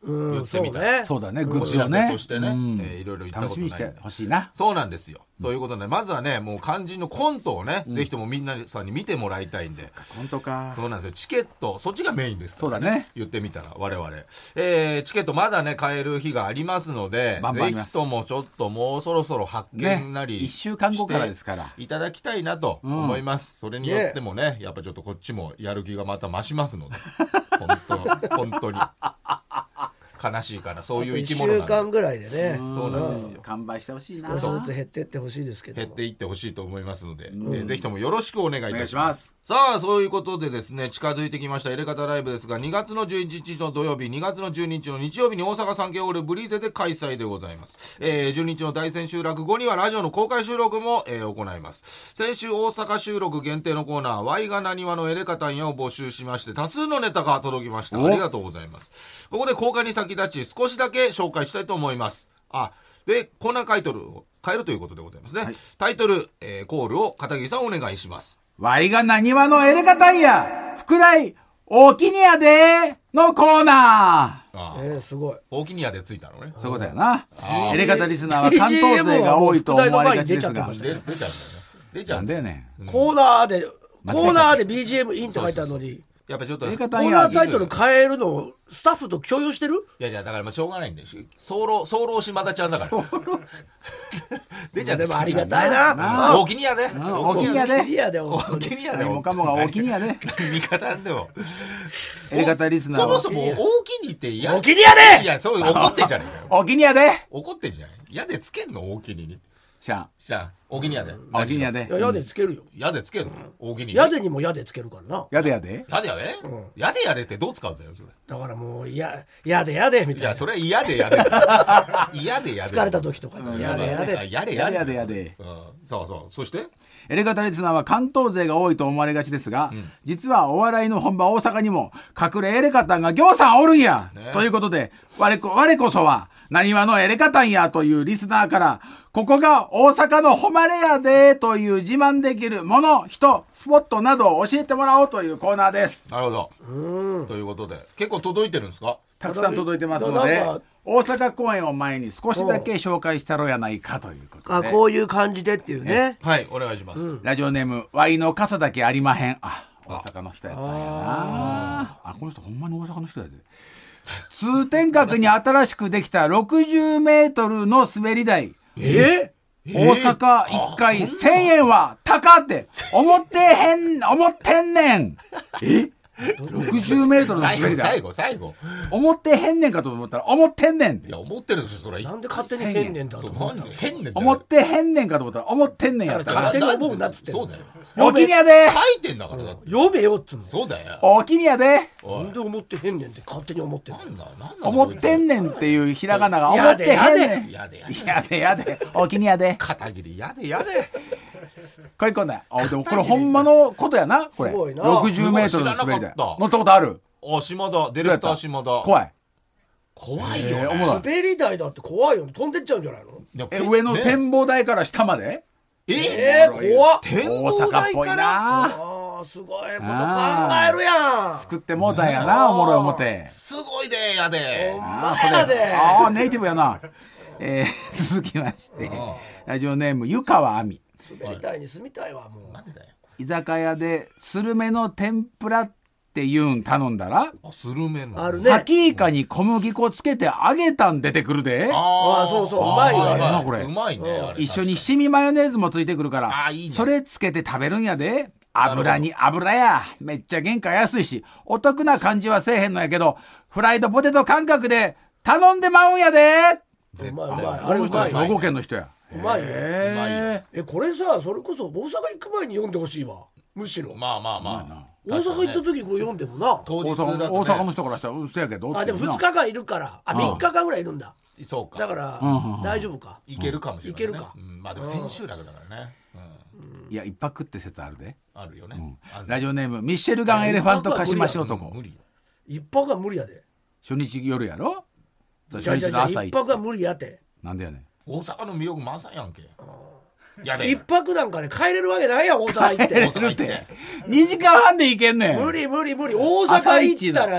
言ってみたら、 ね、 そうだね、グッズをねとしてね、うんえー、いろいろ言ったことないんで楽しみにしてほしいな。 そうなんですよ、うん、ということでまずはねもう肝心のコントをね、うん、ぜひともみんなさんに見てもらいたいんで。 コントか。 そうなんですよ、チケットそっちがメインですから、ね、 そうだね、 言ってみたら我々、えー、チケットまだね買える日がありますので、 バンバンぜひともちょっともうそろそろ発見なり、 ね、いっしゅうかんごからですからいただきたいなと思います、うん、それによってもねやっぱちょっとこっちもやる気がまた増しますので本当本当に悲しいからそういう生き物なんでいっしゅうかんぐらいでね、 そうなんですよ、 完売してほしいな。 少しずつ減ってってほしいですけど、 減っていってほしいと思いますので、うん、えー、ぜひともよろしくお願いいたします。 さあそういうことでですね近づいてきましたエレカタライブですが、にがつのじゅういちにちの土曜日、にがつのじゅうににちの日曜日に大阪サンケイホールブリーゼで開催でございます、えー、じゅうににちの大千秋楽後にはラジオの公開収録も、えー、行います。先週大阪収録限定のコーナーワイがなにわのエレカタンヤを募集しまして多数のネタが届きました。ありがとうございます。ここで公開に先立ち少しだけ紹介したいと思います。あでコーナータイトルを変えるということでございますね、はい、タイトル、えー、コールを片桐さんお願いします。 ワイがなにわのエレカタンヤ福来大きにやでのコーナー。 ああえー、すごい大きにやでついたのね。 そういうことやな。エレカタリスナーは関東勢が多いと思われがちですが出ちゃうんだよね。出ちゃうんだよね。 コーナーでコーナーで ビージーエム インって書いてあるのにやっぱちょっとコーナータイトル変えるのをスタッフと共有してる。 いやいやだからまあしょうがないんで早漏早漏島田ちゃんだから出ちゃう。 でもありがたいな。 大きにやで大きにやで大きにやでもかもが大きにやで味方でもエレカタリスナーはそもそも大きにって大きにやで。 いやそう怒ってんじゃねえかよ。 大きにやで怒ってんじゃん。やでつけんの大きににしゃんしゃん大きにやで大きにやでやでつけるよ。 やでつけるの大きにやでにもやでつけるからな。 やでやでやでやでやでやでってどう使うんだよそれ。 だからもうややでやでみたいな。 いやそれは嫌でやで嫌でやで疲れた時とかにやでやでやでやでやでやで。 そうそうそしてエレカタリスナーは関東勢が多いと思われがちですが、うん、実はお笑いの本場大阪にも隠れエレカタンがぎょうさんおるんや、ね、ということで我こ、我こそはなにわのエレカタンやというリスナーからここが大阪の誉れやでという自慢できるもの、人、スポットなどを教えてもらおうというコーナーです。 なるほど。うんということで結構届いてるんですか。 たくさん届いてますので大阪公演を前に少しだけ紹介したろやないかということで、 あこういう感じでっていうね。 はいお願いします、うん、 ラジオネームワイの傘だけありまへん。あ大阪の人やったんやな。ああこの人ほんまに大阪の人やで。通天閣に新しくできたろくじゅうメートルの滑り台。 え大阪いっかいせんえんは高って思ってへん思ってんねん。えろくじゅうメートルの滑り台最後最後思ってへんねんかと思ったら思ってんねん。 いや思ってるでしょそれ。 なんで勝手にへんねんだと思ったの。 思ってへんねんかと思ったら思ってんねんやったら勝手に思うなっつって。 そうだよ。 大きにやで書いてんだからだって読めよっつうの。 そうだよ。 大きにやでなんで思ってへんねんって勝手に思ってんの。 なんだなんだ思ってんねんっていうひらがなが思ってへんねん。 やでやでやで大きにやで片桐やでやでこれこんない。あでもこれほんまのことやなこれ。ろくじゅうメートルの滑り台乗ったことある。 あ島田ディレクター島田。 怖い怖いよね。 滑り台だって怖いよね。飛んでっちゃうんじゃないの。 え上の展望台から下まで。 ええ怖っ。 展望台から。 ああすごいこと考えるやん。 作ってもうたんやなおもろい思て。 すごいでやで。 あそれで。 ああネイティブやな。えー、続きましてラジオネーム湯川亜美。 滑り台に住みたいわもう。 なんでだよ。 居酒屋でスルメの天ぷらっていうん頼んだらあスルメのあるね。 サキイカに小麦粉つけて揚げたん出てくるで。 ああそうそううまいよねこれ。 うまいね。 一緒に七味マヨネーズもついてくるからあいい、ね、 それつけて食べるんやで。油に油やめっちゃ原価安いしお得な感じはせえへんのやけどフライドポテト感覚で頼んでまうんやで。 うまいうまい。 あれうまい。兵庫県の人や。 うまいよ。 ええこれさそれこそ大阪行く前に読んでほしいわ。むしろまあまあまあ大阪行った時これ読んでもな。 大阪大阪の人からしたら嘘やけど。 あでもふつかかんいるからあみっかかんぐらいいるんだ。 そうかだから大丈夫か。 いけるかもしれない。いけるか。まあでも千秋楽だからね。 いや一泊って説あるで。 あるよね。 ラジオネームミッシェルガンエレファント貸しまし男。 一泊は無理やで。 初日夜やろ。 初日の朝一泊は無理やって。 なんでやねん。 大阪の魅力満載やんけ。 一泊なんかで帰れるわけないやん大阪行って。 にじかんはんで行けんねん。 無理無理無理。大阪行ったら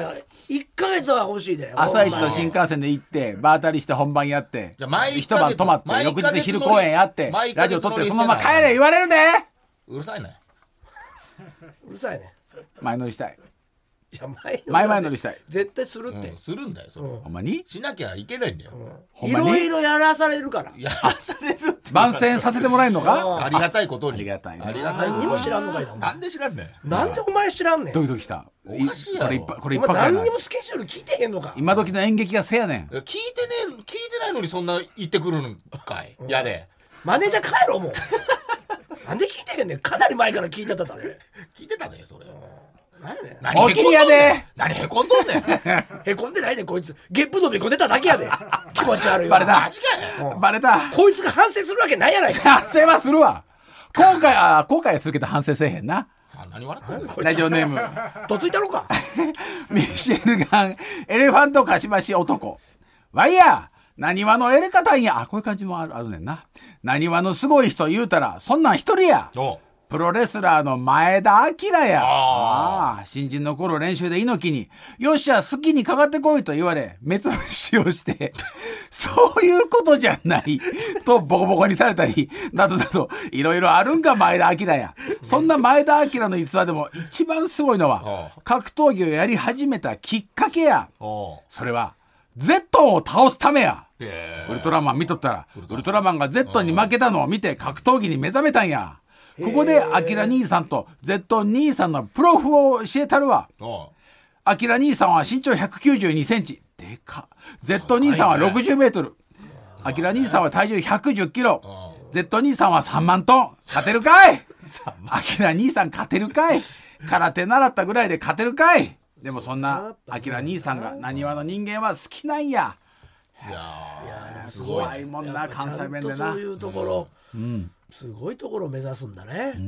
いっかげつは欲しいで。 朝一の新幹線で行って場当たりして本番やってじゃ毎一晩泊まって翌日昼公演やってラジオ撮ってそのまま帰れ言われるで。 うるさいね。 うるさいね。 前乗りしたい。 いや前前々乗りしたい。 絶対するって、 うん、するんだよそれ、うん、 ほんまにしなきゃいけないんだよ、 うん、いろいろやらされるから。 やらされるって番宣させてもらえるのか。 ありがたいことに。 ありがたいね。 ありがたい。 何も知らんのかいな。 なんで知らんねん。なんでお前知らんねん。 ドキドキした。 おかしいやろ。 これ一これ一泊やな。 何にもスケジュール聞いてへんのか。 今時の演劇がせやねん。 聞いてね聞いてないのにそんな言ってくるのかい。やで。 マネージャー帰ろうもう。なんで聞いてへんねん。かなり前から聞いてただね。 聞いてたねそれ。 何やねん。 何へこんどんねん。 何へこんどんねん。 へこんでないねんこいつ。ゲップ飲み込んでただけやで。気持ち悪いわ。 バレた。 マジかよ。 バレた。 こいつが反省するわけないやないか。 反省はするわ。後悔あ後悔はするけど反省せえへんな。 あ何笑ってんの。 ラジオネームとついたのか。 ミシェルガンエレファントカシマシ男。ワイヤー何話のエレカタンや。あこういう感じもあるあるねんな。何話のすごい人言うたらそんなん一人や。 おプロレスラーの前田明や。 ああ新人の頃練習で猪木に、よっしゃ、好きにかかってこいと言われ、目つぶしをして、そういうことじゃない、とボコボコにされたり、などなど、いろいろあるんか前田明や。そんな前田明の逸話でも一番すごいのは、格闘技をやり始めたきっかけや。それは、ゼットンを倒すためや。ウルトラマン見とったら、ウルトラマンがゼットンに負けたのを見て格闘技に目覚めたんや。ここでアキラ兄さんとゼットン兄さんのプロフを教えたるわ。アキラ兄さんは身長ひゃくきゅうじゅうにセンチ。でか。ゼットン兄さんはろくじゅうメートル。アキラ兄さんは体重ひゃくじゅっキロ。ゼットン兄さんはさんまんトン。勝てるかい。アキラ兄さん勝てるかい。空手習ったぐらいで勝てるかい。でもそんなアキラ兄さんが何話の人間は好きなんや。 いやすごいもんな関西弁でな。 そういうところ、 うん、 すごいところを目指すんだね、うん、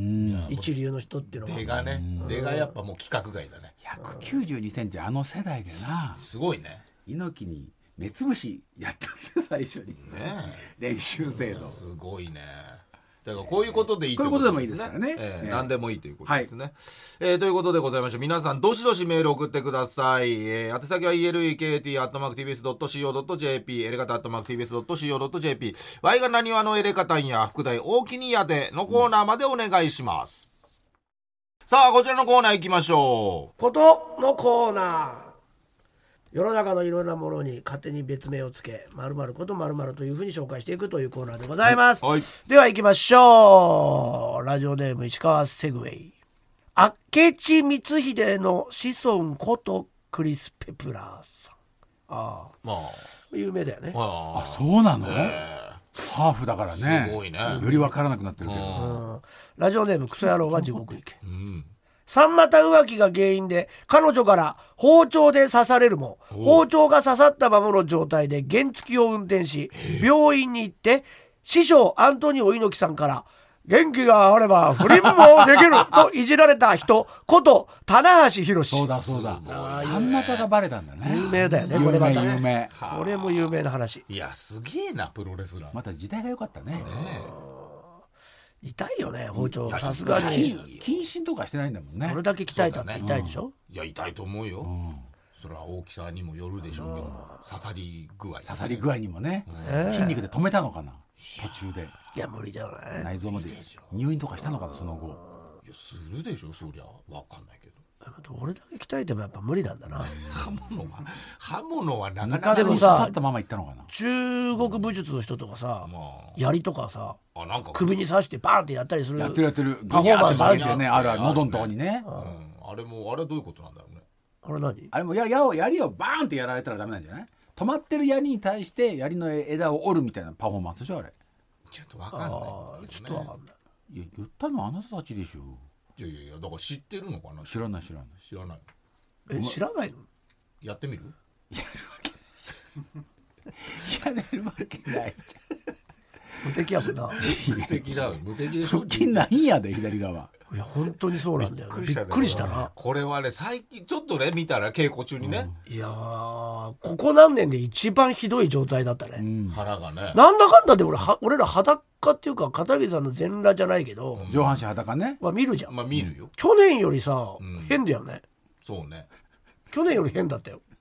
一流の人っていうのは出がね、出がやっぱもう規格外だね。 ひゃくきゅうじゅうにセンチあの世代でな。 すごいね。 猪木に目つぶしやったんです最初に、ね、練習制度すごいね。だからこういうことでいいということでもいいですからね、 えー、何でもいいということですね、はい、えー、ということでございまして皆さんどしどしメール送ってください、えー、宛先は イーエルイーケーティー アットマーク ティービーエス ドット シーオー ドット ジェーピー エレカタ アットマーク ティービーエス ドット シーオー ドット ジェーピー ワイがなにわのエレカタンや副題大きにやでのコーナーまでお願いします、うん、さあこちらのコーナー行きましょう。 ことのコーナー。世の中のいろんなものに勝手に別名をつけ〇〇こと〇〇というふうに紹介していくというコーナーでございます、はいはい、では行きましょう。ラジオネーム石川セグウェイ。明智光秀の子孫ことクリス・ペプラーさん。ああ、まあ、有名だよね。 ああそうなの、えー、ハーフだからね。 すごいね。 より分からなくなってるけど、 うん、ラジオネームクソ野郎は地獄行け、うん、三股浮気が原因で彼女から包丁で刺されるも包丁が刺さったままの状態で原付きを運転し病院に行って師匠アントニオ猪木さんから元気があれば不倫もできるといじられた人こと棚橋宏。 そうだそうだ。三股がバレたんだね。 有名だよねこれまたね。 有名。 これも有名な話。 いやすげえなプロレスラー。 また時代が良かったね。ね痛いよね包丁。さすがに謹慎とかしてないんだもんね。 これだけ鍛えたって痛いでしょ、 うん、いや痛いと思うよ、うん、それは大きさにもよるでしょうけど、うん、刺さり具合、ね、 刺さり具合にもね、うん、筋肉で止めたのかな途中で。 いや無理じゃない。 内臓まで入院とかしたのかなその後。 いやするでしょそりゃ分かんないけど。 俺だけ鍛えてもやっぱ無理なんだな。 刃物は刃物はなかなかでもさ刺さったままいったのかな。 中国武術の人とかさ、まあ、槍とかさあなんか首に刺してバーンってやったりするやってるやってるパフォーマンスあるよね。あるある喉のとこにね、 うん、あれもあれどういうことなんだろうね。 あれ何あれもややを槍をバーンってやられたらダメなんじゃない。止まってる槍に対して槍の枝を折るみたいなパフォーマンスでしょあれ。 ちょっと分かんない、ね、 ちょっと分かんない。 いや言ったのはあなたたちでしょ。 いやいやいやだから知ってるのかな。 知らない知らない知らない。 え知らないの。 やってみる。 やるわけないやれるわけないじゃん。 無敵やもんな。 無敵だよ無敵でしょ。 腹筋ないんやで左側。 いや本当にそうなんだよ、ね、びっくりしたな。 これはね最近ちょっとね見たら稽古中にね、 うん、いやーここ何年で一番ひどい状態だったね、うん、 腹がね。 なんだかんだで 俺, は俺ら裸っていうか片桐さんの全裸じゃないけど、 うん、上半身裸ねは見るじゃん。 まあ見るよ。 去年よりさ、うん、変だよね。 そうね去年より変だったよ。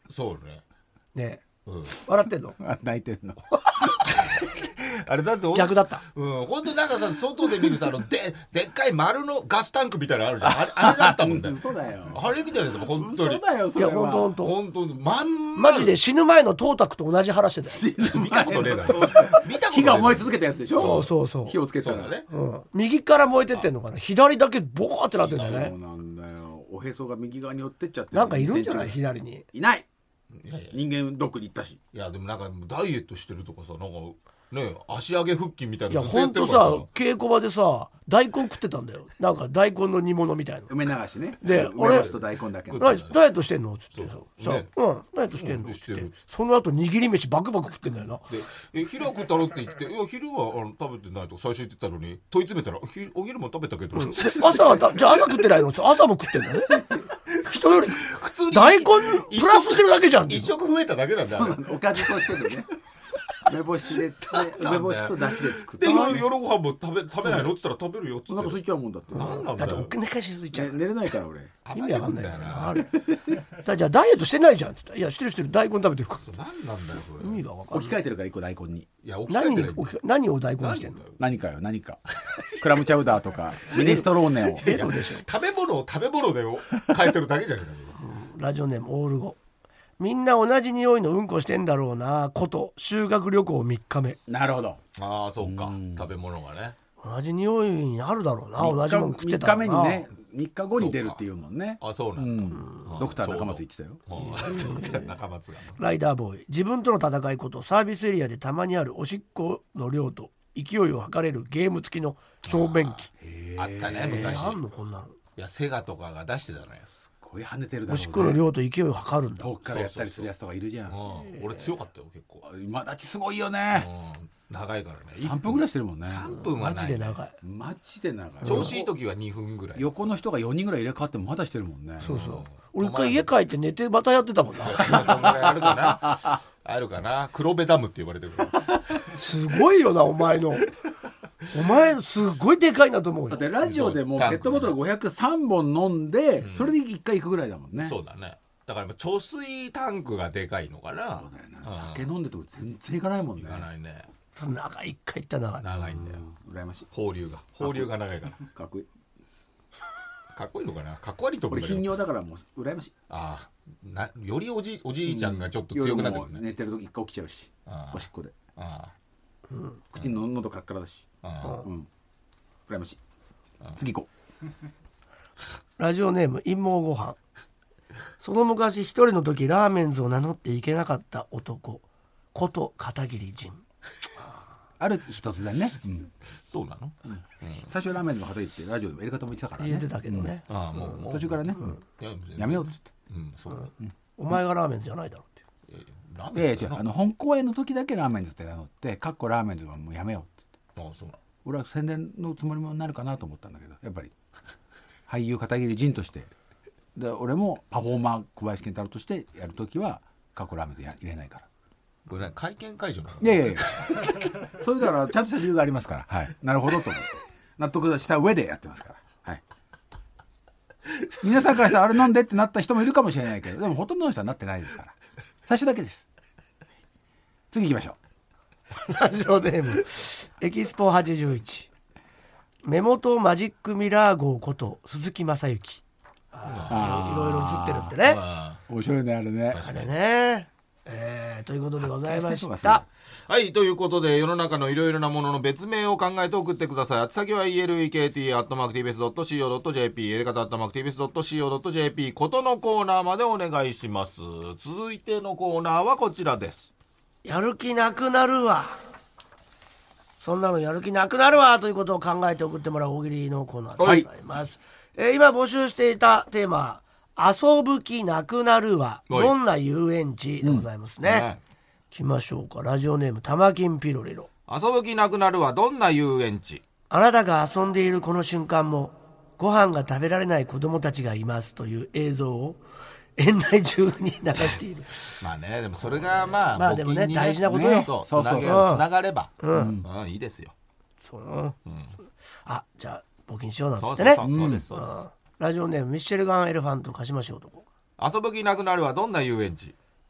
そうね。 ねえ、うん、 笑ってんの泣いてんのあれだって逆だった。 うん、本当なんかさ、外で見るさ、あのででっかい丸のガスタンクみたいなのあるじゃん。あれあれだったもんね。 嘘だよ。 あれみたいなの本当に。 嘘だよそれは。 いや本当本当。 本当まんまマジで死ぬ前のトータクと同じ腹してたよ。 見たことねえな。見たこと火が燃え続けたやつでしょ。 そうそうそう。 火をつけたらそうだね。 うん。右から燃えてってんのかな。左だけボーってなってんだよね。 そうなんだよ。おへそが右側に寄ってっちゃって。 なんかいるんじゃない？左に。 いない。 いやいや人間ドックに行ったし。 いやでもなんかダイエットしてるとかさ、なんかね足上げ腹筋みたいいやなのずっとやほんとってるからさ、稽古場でさ大根食ってたんだよ。なんか大根の煮物みたいな。 梅流しね。 で梅干しと大根だけ。 ダイダイエットしてんのっつってさ、さねうんダイエットしてんのっつってうんしてる、 その後握り飯バクバク食ってんだよな。 でえ昼は食ったろって言って、いや昼はあの食べてないと最初言ってたのに問い詰めたらひお昼も食べたけど、 朝はたじゃあ朝食ってないの？朝も食ってんだよね。人より普通に大根プラスしてるだけじゃん。 一食増えただけなんだよ。 おかずとしてのね。梅干しで梅干しと出汁で作ったで夜夜ご飯も食べ食べないのって言ったら食べるよっつって。 なんかついちゃうもんだって。 なんなんだってだよ。 おなかしすぎちゃう。 寝れないから俺。 意味わかんないよよな。あれ。だじゃあダイエットしてないじゃんっつったら、いやしてるしてる、大根食べてるから。 なんなんだよそれ。 意味がわかんない。 置き換えてるから一個大根に。 いや置き換えて何ないんだよ。 何を大根にしてんの？ 何かよ何か。クラムチャウダーとかミネストローネを。 ベロでしょ。 食べ物を食べ物で変えてるだけじゃねえか。 ラジオネームオールゴ。みんな同じ匂いのうんこしてんだろうなこと修学旅行みっかめ。 なるほど。 ああそうか、食べ物がね。 同じ匂いにあるだろうな。同じもん食ってたらな。 みっかめにねみっかごに出るっていうもんね。 あそうなんだ。 ドクター中松言ってたよ。 中松がライダーボーイ。自分との戦いことサービスエリアでたまにあるおしっこの量と勢いを測れるゲーム付きの小便器。 あったね昔。 あんのこんなの。 いやセガとかが出してたのよ。 こう跳ねてるだろうね。 おしっこの量と勢いを測るんだ。 遠くからやったりするやつとかいるじゃん。 うん俺強かったよ結構。 今立ちすごいよね。 うん長いからね。 さんぷんぐらいしてるもんね。 さんぷんはマない。 ジで長い。 マジで長い。 調子いい時はにふんぐらい。 横の人がよにんぐらい入れ替わってもまだしてるもんね。 そうそう。俺一回家帰って寝てまたやってたもんな。 そんぐらいあるかな。あるかな。黒部ダムって呼ばれてる。 すごいよなお前の。お前すごいでかいなと思うよ。 だってラジオでもペットボトルごひゃくさんぼん飲んで、それでいっかい行くぐらいだもんね。 そうだね。だから貯水タンクがでかいのかな。 そうだよな。酒飲んでても全然行かないもんね。 行かないね。 長い一回行った長い。 長いんだよ。 羨ましい。 放流が放流が長いから。 かっこいい。 かっこいいのかな。かっこ悪いと思う俺けど。 頻尿だからもう羨ましい。 ああ、なよりおじおじいちゃんがちょっと強くなってくるね。 寝てると一回起きちゃうし、 あおしっこで。 あ口の喉カッカラだし。 あうん。羨ましい。次行こラジオネーム陰謀ご飯。その昔一人の時ラーメンズを名乗っていけなかった男こと片桐仁。 ある日突然ね。 そうなの。 最初ラーメンの方言ってラジオでもやり方も言ってたからね。 言ってたけどね。 ああもう途中からね、やめようっつって。 うんそうお前がラーメンズじゃないだろうって。 ラーいやいや違う、 メンなあの本公演の時だけラーメンズって名乗ってかっこラーメンズはもうやめようって言って。 あそうなの。 俺は宣伝のつもりもなるかなと思ったんだけど、やっぱり俳優片桐仁としてで俺もパフォーマー小林健太郎としてやるときはかっこラーメンズや入れないから。 これね会見会場なの。 いやいやいやそれだからちゃんとした理由がありますから、はい、なるほどと思って納得した上でやってますから、はい、皆さんからしたらあれ飲んでってなった人もいるかもしれないけど、でもほとんどの人はなってないですから最初だけです。次行きましょう。 ラジオネームエキスポはちじゅういち。目元マジックミラー号こと鈴木雅之。あいろいろ映ってるってね。 面白いねあれね。 あれね、えー、ということでございました。 はいということで世の中のいろいろなものの別名を考えて送ってください。宛先は イーエルイーケーティー アットマーク ティービーエス ドット シーオー ドット ジェーピー エレカタ アットマーク ティービーエス ドット シーオー ドット ジェーピー ことのコーナーまでお願いします。続いてのコーナーはこちらです。 やる気なくなるわ。そんなのやる気なくなるわということを考えて送ってもらう大喜利のコーナーでございます、はい。えー、今募集していたテーマ遊ぶ気なくなるわどんな遊園地でございますね、うんね、来ましょうか。ラジオネーム玉金ピロリロ。 遊ぶ気なくなるはどんな遊園地。 あなたが遊んでいるこの瞬間もご飯が食べられない子供たちがいますという映像を園内中に流している。 まあねでもそれがまあまあでもね大事なことよ、 ね、そうそうそうつながれば、 うんうんうん、いいですよ。 そう、うん、あじゃあ募金しようなんつってね。 そうそうそうですそうです。 ラジオネームミッシェルガンエレファント貸しましょうとこ。 遊ぶ気なくなるはどんな遊園地。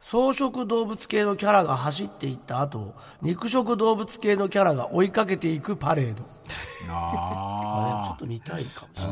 草食動物系のキャラが走っていった後、肉食動物系のキャラが追いかけていくパレード。ああ、ちょっと見たいかもしれない。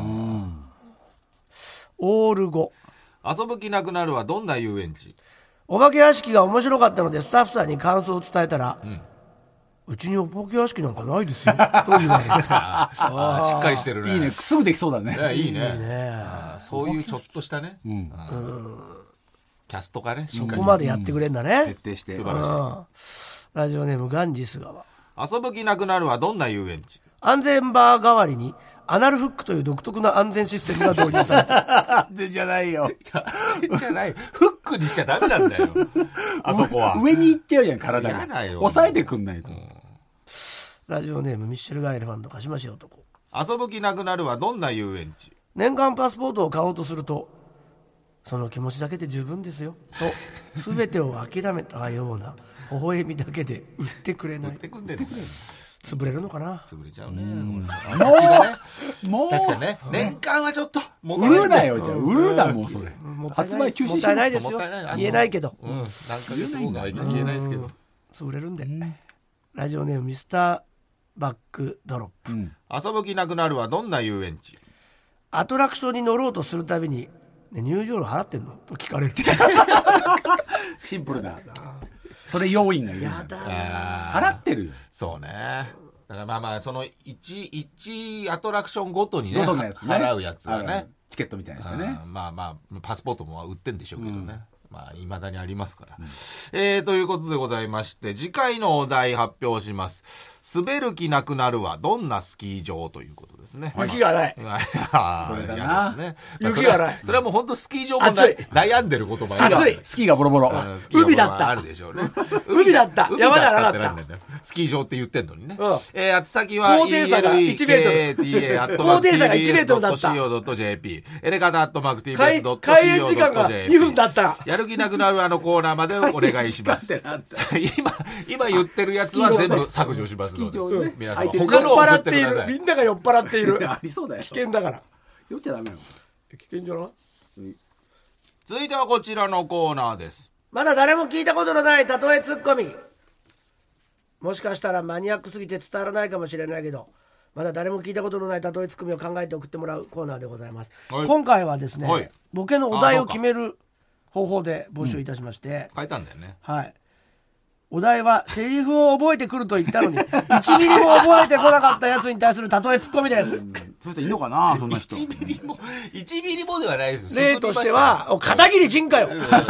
オールご。 遊ぶ気なくなるはどんな遊園地？ お化け屋敷が面白かったのでスタッフさんに感想を伝えたら、うん、うちにお化け屋敷なんかないですよと言われた。 あ、しっかりしてるね。 いいね、すぐできそうだね。 いいね、 いいね。 そういうちょっとしたね、うんうん、キャストがね、 そこまでやってくれんだね、 うん、徹底して。 素晴らしい。ラジオネームガンジス川。 遊ぶ気なくなるはどんな遊園地？ 安全バー代わりにアナルフックという独特な安全システムが導入された。 でじゃないよ。 じゃない。フックにしちゃダメなんだよ。あそこは。 上に行っちゃうじゃん、体が。 やだよ。 抑えてくんないと。うん、 ラジオネームミッシェルガイエレファント、かしまし男。 遊ぶ気なくなるはどんな遊園地？ 年間パスポートを買おうとすると、その気持ちだけで十分ですよと全てを諦めたような微笑みだけで売ってくれない。 売ってくんでね。 潰れるのかな。 潰れちゃうね。もう、もう確かにね、年間はちょっと売るなよ。じゃあ売るな、もうそれ。発売中止しもったいないですよ。言えないけど。 うん、なんか言えないんだ。言えないですけど。 潰れるんで。ラジオネームミスターバックドロップ。 遊ぶ気なくなるはどんな遊園地？ アトラクションに乗ろうとするたびに、ね、入場料払ってんのと聞かれる。 シンプルな。それ要因がいる。 やだな。 払ってるよ。 そうね。だからまあまあその 1, 1アトラクションごとにね、 ごとのやつね、 払うやつはね、 チケットみたいにしてね。 まあまあパスポートも売ってんでしょうけどね。うん、まあ未だにありますから、うん、えー、ということでございまして、次回のお題発表します。滑る気なくなるはどんなスキー場ということですね。 雪がない。 それだな。ね、 雪がない。 それはもう本当スキー場も悩んでる言葉。 暑い。 スキーがボロボロ。 海だった。 あるでしょうね。 海だった。山じゃなかった。 スキー場って言ってんのにね。 うん、 えー、あつ先は高低差がいちメートル。高低差がいちメートルだった。 シーオードットジェーピー エレカタアットマーク ティービーエスドットシーオードットジェーピー 開演時間がにふんだった。 やる気なくなるあのコーナーまでお願いします。今今言ってるやつは全部削除しますので。皆さん他のを送ってください。 みんなが酔っ払っている。 ありそうだよ。 危険だから。 酔っちゃダメよ。 危険じゃない？ 続いてはこちらのコーナーです。 まだ誰も聞いたことのない例えツッコミ。もしかしたらマニアックすぎて伝わらないかもしれないけど、まだ誰も聞いたことのない例えツッコミを考えて送ってもらうコーナーでございます。はい、今回はですね、はい、ボケのお題を決める方法で募集いたしまして、 うん、書いたんだよね。 はい。お題はセリフを覚えてくると言ったのにいちミリも覚えてこなかったやつに対する例えツッコミです。 そうしていいのかな、そんな人。 いちミリもいちミリもではないです。 例としては片桐仁かよ。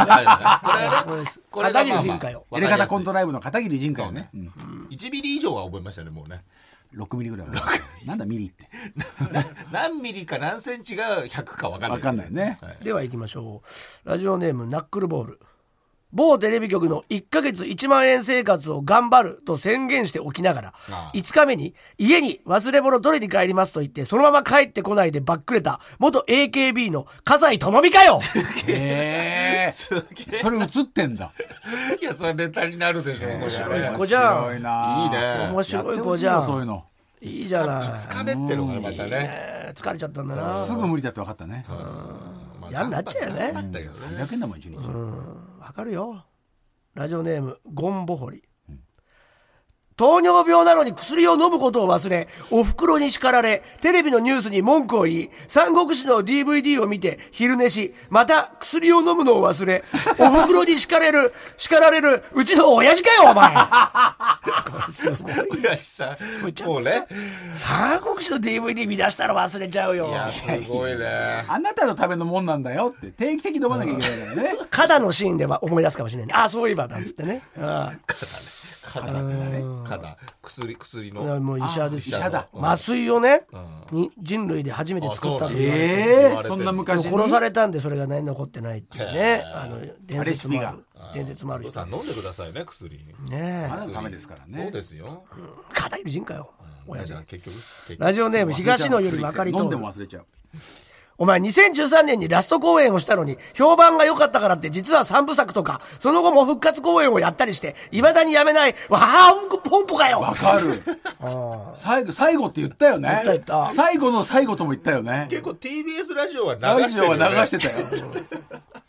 片桐仁かよ。 エレカタコントライブの片桐仁かよね。 いちミリ以上は覚えましたね、もうね。 ろくミリぐらいは。なんだミリって。 何ミリか何センチがひゃくか分かんない。 分かんないね。 では行きましょう。ラジオネームナックルボール。某テレビ局のいっかげついちまんえん生活を頑張ると宣言しておきながら、ああいつかめに家に忘れ物取りに帰りますと言ってそのまま帰ってこないでばっくれた元 エーケービー の笠井智美かよ。 へー、それ映ってんだ。 いや、それネタになるでしょ。 面白い子じゃん。 いいね。 面白い子じゃん。 そういうのいいじゃない。 疲れってのがまたね、 ね、疲れちゃったんだな。 すぐ無理だって分かったね。 嫌になっちゃうよね。 さんびゃくえんだもんいちにち。 分かるよ。ラジオネームゴンボホリ、うん、糖尿病なのに薬を飲むことを忘れお袋に叱られテレビのニュースに文句を言い三国志の ディーブイディー を見て昼寝しまた薬を飲むのを忘れお袋に叱れる叱られるうちの親父かよお前。 すごい親父さんもうね三国志の ディーブイディー 見出したら忘れちゃうよ。 いやすごいね。 あなたのためのもんなんだよって定期的に飲まなきゃいけないからね。 肩のシーンでは思い出すかもしれない。ああそういえばなんつってね。 肩ね肩ね肩薬薬のもう医者です。 医者だ。 麻酔をね、うん、に人類で初めて作ったんで。 ええー、そんな昔に殺されたんでそれが何残ってないっていうね。あの伝説もある伝説もある人。 さん飲んでくださいね薬。 ねあなたのためですからね。 そうですよ。 肩いる人かよ。 親父結局ラジオネーム東野よりまかりと。 飲んでも忘れちゃう。 お前にせんじゅうさんねんにラスト公演をしたのに評判が良かったからって実は三部作とかその後も復活公演をやったりして未だにやめないわーポンポかよ。 わかる。最後最後って言ったよね。 言った言った最後の最後とも言ったよね。 結構 ティービーエス ラジオは流してたよ。ラジオは流してたよ。本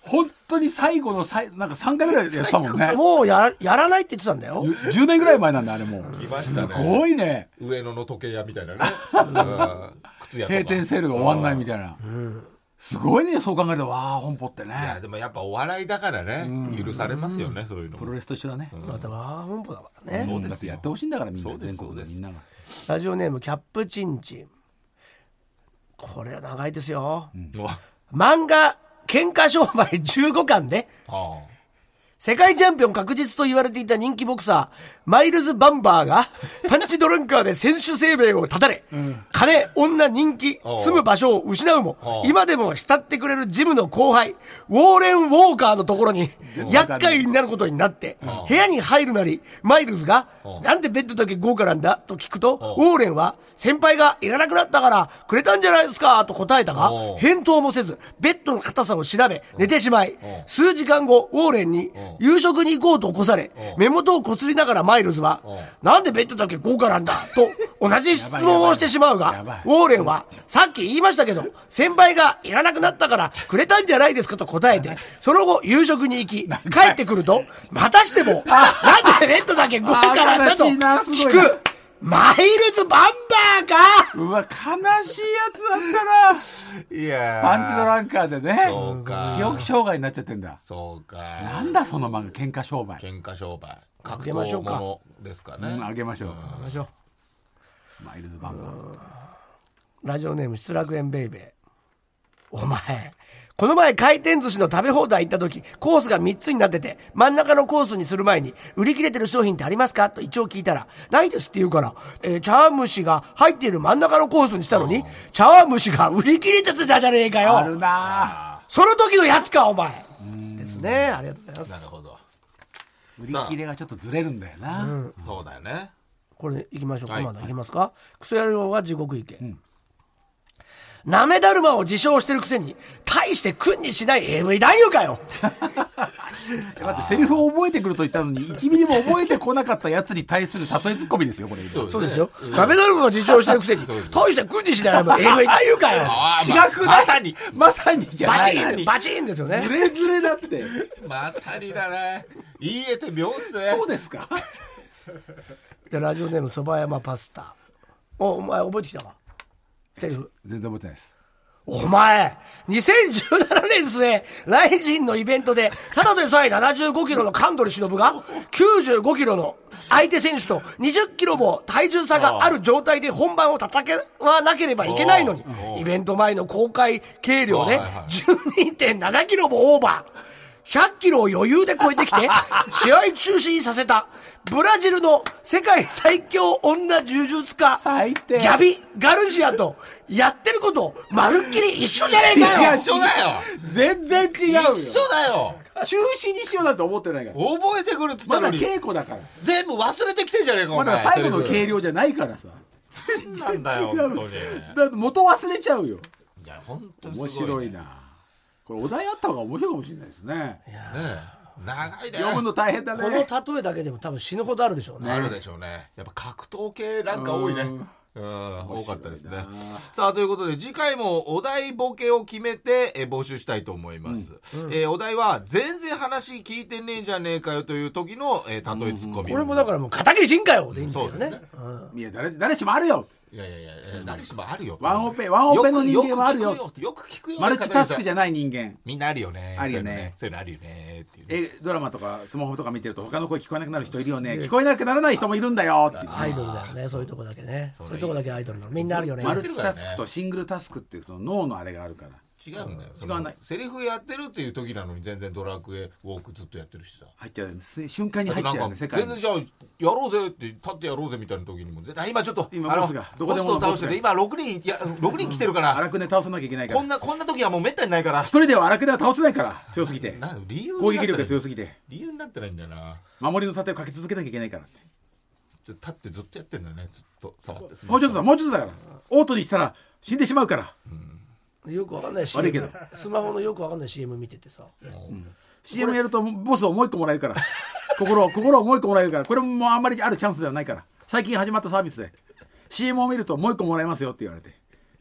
当に最後の最なんかさんかいぐらいやってたもんね。 もう や, やらないって言ってたんだよ。 じゅうねんぐらい前なんだあれもう。 来ましたね。 すごいね。 上野の時計屋みたいなね。靴屋とか閉店セールが終わんないみたいな。うん、すごいね、そう考えると。わあ本舗ってね。 いやでもやっぱお笑いだからね、許されますよね、そういうの。 プロレスと一緒だね。 うん、またわあ本舗だからね。 そうですよ。だってやってほしいんだからみんな、全国でみんなが。 ラジオネームキャップチンチン。これは長いですよ。うん、漫画喧嘩商売じゅうごかんで、ああ、世界チャンピオン確実と言われていた人気ボクサーマイルズ・バンバーがパンチドランカーで選手生命を絶たれ、うん、金、女、人気、住む場所を失うも今でも慕ってくれるジムの後輩ウォーレン・ウォーカーのところに厄介になることになって部屋に入るなりマイルズがなんでベッドだけ豪華なんだと聞くとウォーレンは先輩がいらなくなったからくれたんじゃないですかと答えたが返答もせずベッドの硬さを調べ寝てしまい数時間後ウォーレンに夕食に行こうと起こされ目元をこすりながらマイルズはなんでベッドだけ豪華なんだと同じ質問をしてしまうがウォーレンはさっき言いましたけど先輩がいらなくなったからくれたんじゃないですかと答えてその後夕食に行き帰ってくるとまたしてもなんでベッドだけ豪華なんだと聞くマイルズ・バンバーか。 うわ悲しいやつだったな。いやパンチドランカーでね、そうか、記憶障害になっちゃってんだ。 そうか、 なんだその漫画、喧嘩商売。 喧嘩商売格闘ものですかね。 うん、あげましょう、 あげましょう。マイルズ・バンバー。 ラジオネーム失楽園ベイベー。お前この前回転寿司の食べ放題行った時コースがみっつになってて真ん中のコースにする前に売り切れてる商品ってありますかと一応聞いたらないですって言うから、えー、茶碗蒸しが入っている真ん中のコースにしたのに茶碗蒸しが売り切れてたじゃねえかよ。 あるな、 その時のやつかお前ですね。ありがとうございます。 なるほど。 売り切れがちょっとずれるんだよな、うん、 そうだよね。 これいきましょうか、はい、まだいきますか。クソ野郎は地獄行け、うん、なめだるまを自称してるくせに大して君にしない エーブイ 男優かよ。 待って、セリフを覚えてくると言ったのにいちミリも覚えてこなかったやつに対する例えツッコミですよこれ。 そうです、そうですよ。なめだるまを自称してるくせに大して君にしない エーブイ 男優かよ。 違くない、まさにまさにじゃない、 バチンバチンですよね。 ズレズレだってまさにだね。言えて妙っすね。 そうですか。 でラジオネームそば山パスタ。おお前覚えてきたかセリフ。 全然覚えてないです。 お前にせんじゅうななねん末ライジンのイベントでただでさえななじゅうごキロの神取忍がきゅうじゅうごキロの相手選手とにじゅっキロも体重差がある状態で本番を戦わなければいけないのにイベント前の公開計量で じゅうにてんななキロもオーバーひゃっキロを余裕で超えてきて試合中止にさせたブラジルの世界最強女柔術家ギャビ・ガルシアとやってることまるっきり一緒じゃねえかよ。 一緒だよ。 全然違うよ。 一緒だよ。 中止にしようなんて思ってないから。 覚えてくるっつったのに。 まだ稽古だから。 全部忘れてきてんじゃねえかお前。 まだ最後の計量じゃないからさ。 全然違う。だよ本当に。 だって元忘れちゃうよ。 いや本当に面白いな。これお題あった方が面白いかもしれないですね。 いやね長いね。 読むの大変だね。 この例えだけでも多分死ぬほどあるでしょうね。 あるでしょうね。やっぱ格闘系なんか多いね。うん、多かったですね。さあということで次回もお題ボケを決めてえ募集したいと思います、うんうん、えー、お題は全然話聞いてねえじゃねえかよという時の、えー、例えツッコミ、 これもだからもう片桐仁かよでいいんですよね。 いや 誰, 誰しもあるよ。 いやいやいや誰しもあるよ。 ワンオペワンオペの人間はあるよ。 よく聞くよ。 マルチタスクじゃない人間みんなあるよね。 あるよね。 そういうのあるよねっていう。 えドラマとかスマホとか見てると他の声聞こえなくなる人いるよね。聞こえなくならない人もいるんだよっていう。 アイドルだよね。そういうとこだけね。そういうとこだけアイドルのみんなあるよね。 マルチタスクとシングルタスクっていうと脳のあれがあるから。 違うんだよ。 違わない。 セリフやってるっていう時なのに全然ドラクエウォークずっとやってるしさ。 入っちゃう。瞬間に入っちゃうね世界に。 全然じゃあやろうぜって立ってやろうぜみたいな時にも絶対今ちょっと今ボスがどこでも倒してて今ろくにんいやろくにん来てるから。 荒くね倒さなきゃいけないから。 こんなこんな時はもうめったにないから。 一人では荒くねは倒せないから強すぎて。 な理由攻撃力が強すぎて。 理由になってないんだよな。 守りの盾をかけ続けなきゃいけないからって。 ちょ立ってずっとやってんだよねずっと触って。 もうちょっとだもうちょっとだから。オートにしたら死んでしまうから。 うん、よくわかんない シーエム 悪いけどスマホのよくわかんない シーエム 見ててさ、うん、 シーエム やるとボスをもう一個もらえるから心を心をもう一個もらえるからこれもあんまりあるチャンスではないから最近始まったサービスで シーエム を見るともう一個もらえますよって言われて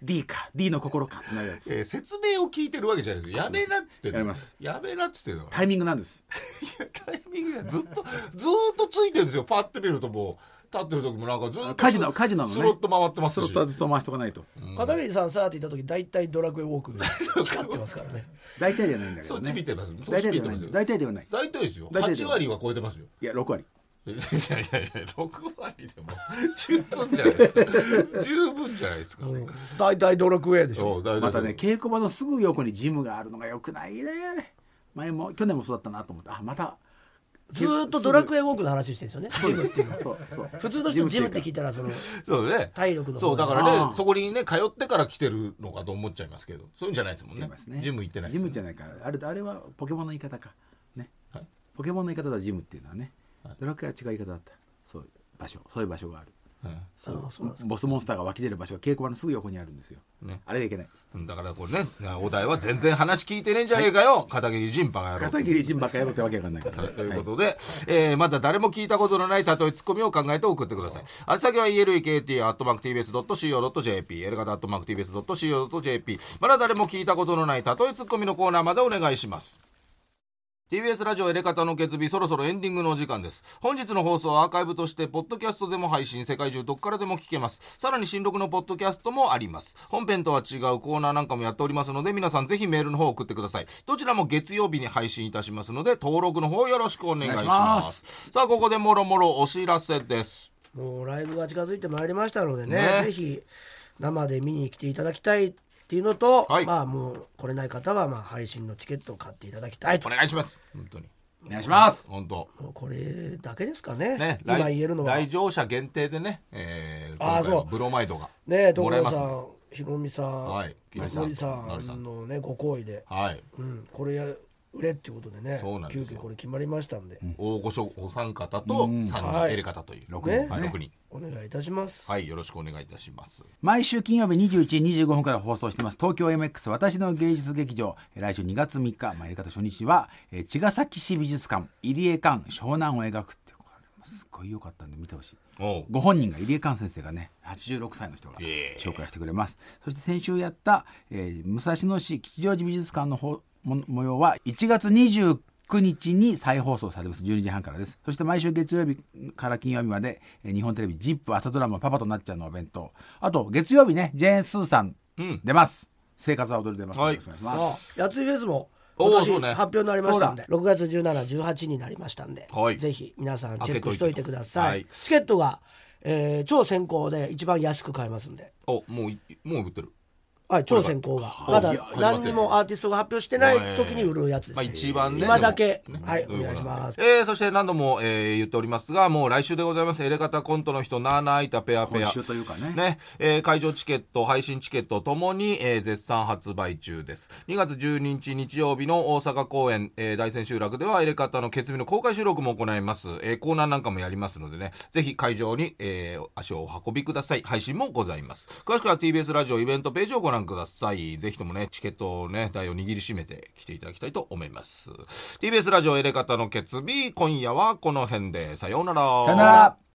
D か D の心かってなるやつ、 えー、説明を聞いてるわけじゃないですよ。やめなっつってる。 やめます。 やめなっつってるの。 タイミングなんです。 いやタイミングがずっとずっとついてるんですよ。パッて見るともう立ってる時もなんかずっとカジノカジノのねスロット回ってますし、 スロットはずっと回しとかないと、 うん、片桐さんさーって言った時大体ドラクエウォーク光ってますからね。 大体ではないんだけどね。 そっち見てます。 大体ではない。大体ではない。 大体ですよ。はち割は超えてますよ。 いやろく割。 いやいやいやろく割でも十分じゃないですか。十分じゃないですか、ね。 大体ドラクエでしょ。 またね稽古場のすぐ横にジムがあるのがよくないね。前も去年もそうだったなと思って、あまたずーっとドラクエウォークの話してるんですよね。ジムっていうのはそうそう普通の人ジムって聞いたらそのそうね体力のそうだからねそこにね通ってから来てるのかと思っちゃいますけど、そういうんじゃないですもんね。 ねジム行ってないです、ね、 ジムじゃないかあれあれはポケモンの言い方かね、はい、ポケモンの言い方だジムっていうのはね、はい、ドラクエは違う言い方だった。そういう場所そういう場所がある。うん、そうああそうボスモンスターが湧き出る場所が稽古場のすぐ横にあるんですよ、ね、あれがいけない。 だからこれねお題は全然話聞いてねえんじゃねえかよ、はい、片桐仁バカ野郎片桐仁バカ野郎ってわけわかんないから、 ね、ということで、はいえー、まだ誰も聞いたことのない例えツッコミを考えて送ってください。あ先は イーエルイーケーティー アットマーク ティービーエス ドット シーオー ドット ジェーピー エルガタ アットマーク ティービーエス ドット シーオー ドット ジェーピー まだ誰も聞いたことのない例えツッコミのコーナーまでお願いします。ティービーエス ラジオエレカタの決日そろそろエンディングのお時間です。本日の放送はアーカイブとしてポッドキャストでも配信、世界中どこからでも聞けます。さらに新録のポッドキャストもあります。本編とは違うコーナーなんかもやっておりますので皆さんぜひメールの方を送ってください。どちらも月曜日に配信いたしますので登録の方よろしくお願いします。さあここでもろもろお知らせです。 もうライブが近づいてまいりましたので ね, ねぜひ生で見に来ていただきたいっていうのと、はい、まあもう来れない方はまあ配信のチケットを買っていただきたいと。 お願いします。本当にお願いします。 本当これだけですか ね, ね今言えるのは来場者限定でね、えー、今回のブロマイドがね所さんひろみさん、はい、のりさんのねご好意で、 はいうん、これ売れっていうことでね急遽これ決まりましたんで、 うん、大御所お三方とさんにんエレカタというろくにん、はい、ろくにんお願いいたします。 はいよろしくお願いいたします。 毎週金曜日にじゅういちじにじゅうごふんから放送してます東京 エムエックス 私の芸術劇場、来週にがつみっか、まあ、エレカタ初日は茅ヶ崎市美術館入江館湘南を描くってこれすっごい良かったんで見てほしい。ご本人が入江館先生がねはちじゅうろくさいの人が紹介してくれます。そして先週やった、えー、武蔵野市吉祥寺美術館の方模様はいちがつにじゅうくにちに再放送されます。じゅうにじはんからです。そして毎週月曜日から金曜日まで日本テレビ ジップ 朝ドラマパパとなっちゃうのお弁当、あと月曜日ねジェーン・スーさん出ます、うん、生活は踊り出ます、はい、よろしくお願いします。 やついフェスも今年発表になりましたんで、ね、ろくがつじゅうしち、じゅうはちになりましたんで、はい、ぜひ皆さんチェックしといてください、はい、チケットが、えー、超先行で一番安く買えますんで。 おもうもう売ってる。 はい、超先行がまだ何にもアーティストが発表してない時に売るやつです、ね、 まあ、一番ね今だけ、ね、はいお願いします。 えー、そして何度も、えー、言っておりますがもう来週でございます。エレカタコントの人なあなあいたペアペア今週というかねね、えー、会場チケット配信チケットともに、えー、絶賛発売中です。にがつじゅうににち日曜日の大阪公演、えー、大千秋楽ではエレカタの決日の公開収録も行います、えー、コーナーなんかもやりますのでねぜひ会場に、えー、足をお運びください。配信もございます。詳しくは ティービーエス ラジオイベントページをご覧ください。ぜひともねチケットをね台を握りしめて来ていただきたいと思います。 ティービーエス ラジオエレカタの決日今夜はこの辺でさようなら。 さようなら。